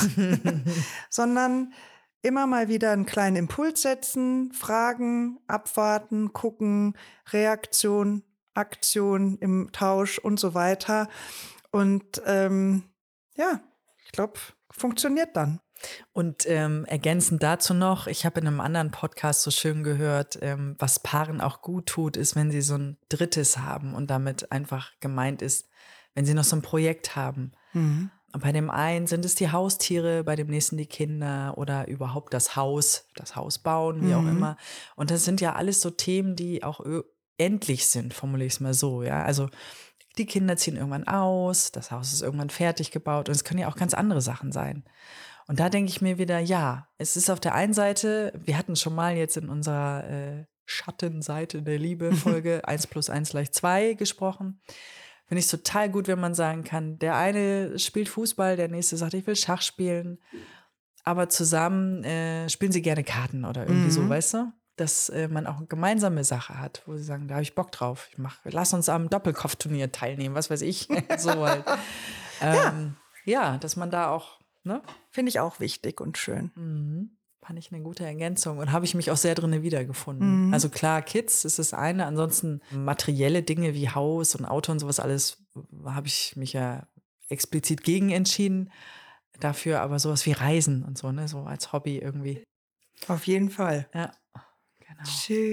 sondern immer mal wieder einen kleinen Impuls setzen, fragen, abwarten, gucken, Reaktion, Aktion im Tausch und so weiter. Und ähm, ja, ich glaube, funktioniert dann. Und ähm, ergänzend dazu noch, ich habe in einem anderen Podcast so schön gehört, ähm, was Paaren auch gut tut, ist, wenn sie so ein Drittes haben und damit einfach gemeint ist, wenn sie noch so ein Projekt haben. Mhm. Und bei dem einen sind es die Haustiere, bei dem nächsten die Kinder oder überhaupt das Haus, das Haus bauen, wie auch Mhm. immer. Und das sind ja alles so Themen, die auch ö- endlich sind, formuliere ich es mal so, ja. Also die Kinder ziehen irgendwann aus, das Haus ist irgendwann fertig gebaut und es können ja auch ganz andere Sachen sein. Und da denke ich mir wieder, ja, es ist auf der einen Seite, wir hatten schon mal jetzt in unserer äh, Schattenseite der Liebe Folge eins plus eins gleich zwei gesprochen. Finde ich total gut, wenn man sagen kann, der eine spielt Fußball, der nächste sagt, ich will Schach spielen, aber zusammen äh, spielen sie gerne Karten oder irgendwie so, Mhm. weißt du? Dass äh, man auch eine gemeinsame Sache hat, wo sie sagen, da habe ich Bock drauf. Ich mach, lass uns am Doppelkopfturnier teilnehmen, was weiß ich. So halt. Ähm, ja, dass man da auch, ne? Finde ich auch wichtig und schön. Mhm. Fand ich eine gute Ergänzung und habe ich mich auch sehr drin wiedergefunden. Mhm. Also klar, Kids ist das eine, ansonsten materielle Dinge wie Haus und Auto und sowas alles habe ich mich ja explizit gegen entschieden. Dafür aber sowas wie Reisen und so, ne, so als Hobby irgendwie. Auf jeden Fall. Ja, genau.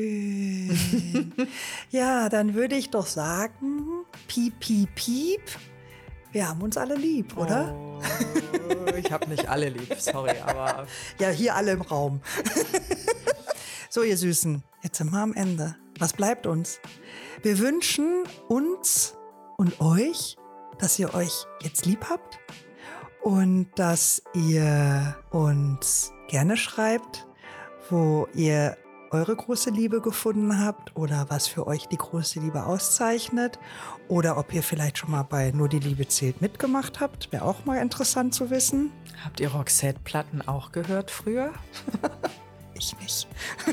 Schön. Ja, dann würde ich doch sagen, piep, piep, piep. Wir haben uns alle lieb, oder? Oh, ich habe nicht alle lieb, sorry, aber Ja, hier alle im Raum. So, ihr Süßen, jetzt sind wir am Ende. Was bleibt uns? Wir wünschen uns und euch, dass ihr euch jetzt lieb habt und dass ihr uns gerne schreibt, wo ihr eure große Liebe gefunden habt oder was für euch die große Liebe auszeichnet oder ob ihr vielleicht schon mal bei Nur die Liebe zählt mitgemacht habt. Wäre auch mal interessant zu wissen. habt ihr Roxette-Platten auch gehört früher? Ich nicht.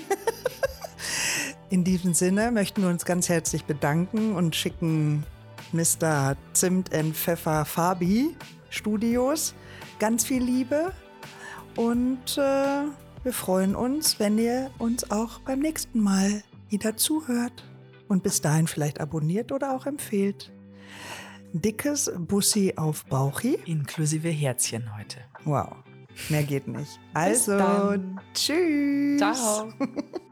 In diesem Sinne möchten wir uns ganz herzlich bedanken und schicken Mister Zimt and Pfeffer Fabi Studios ganz viel Liebe und äh, wir freuen uns, wenn ihr uns auch beim nächsten Mal wieder zuhört und bis dahin vielleicht abonniert oder auch empfehlt. Dickes Bussi auf Bauchi. Inklusive Herzchen heute. Wow, mehr geht nicht. Bis Also, dann. tschüss. Ciao.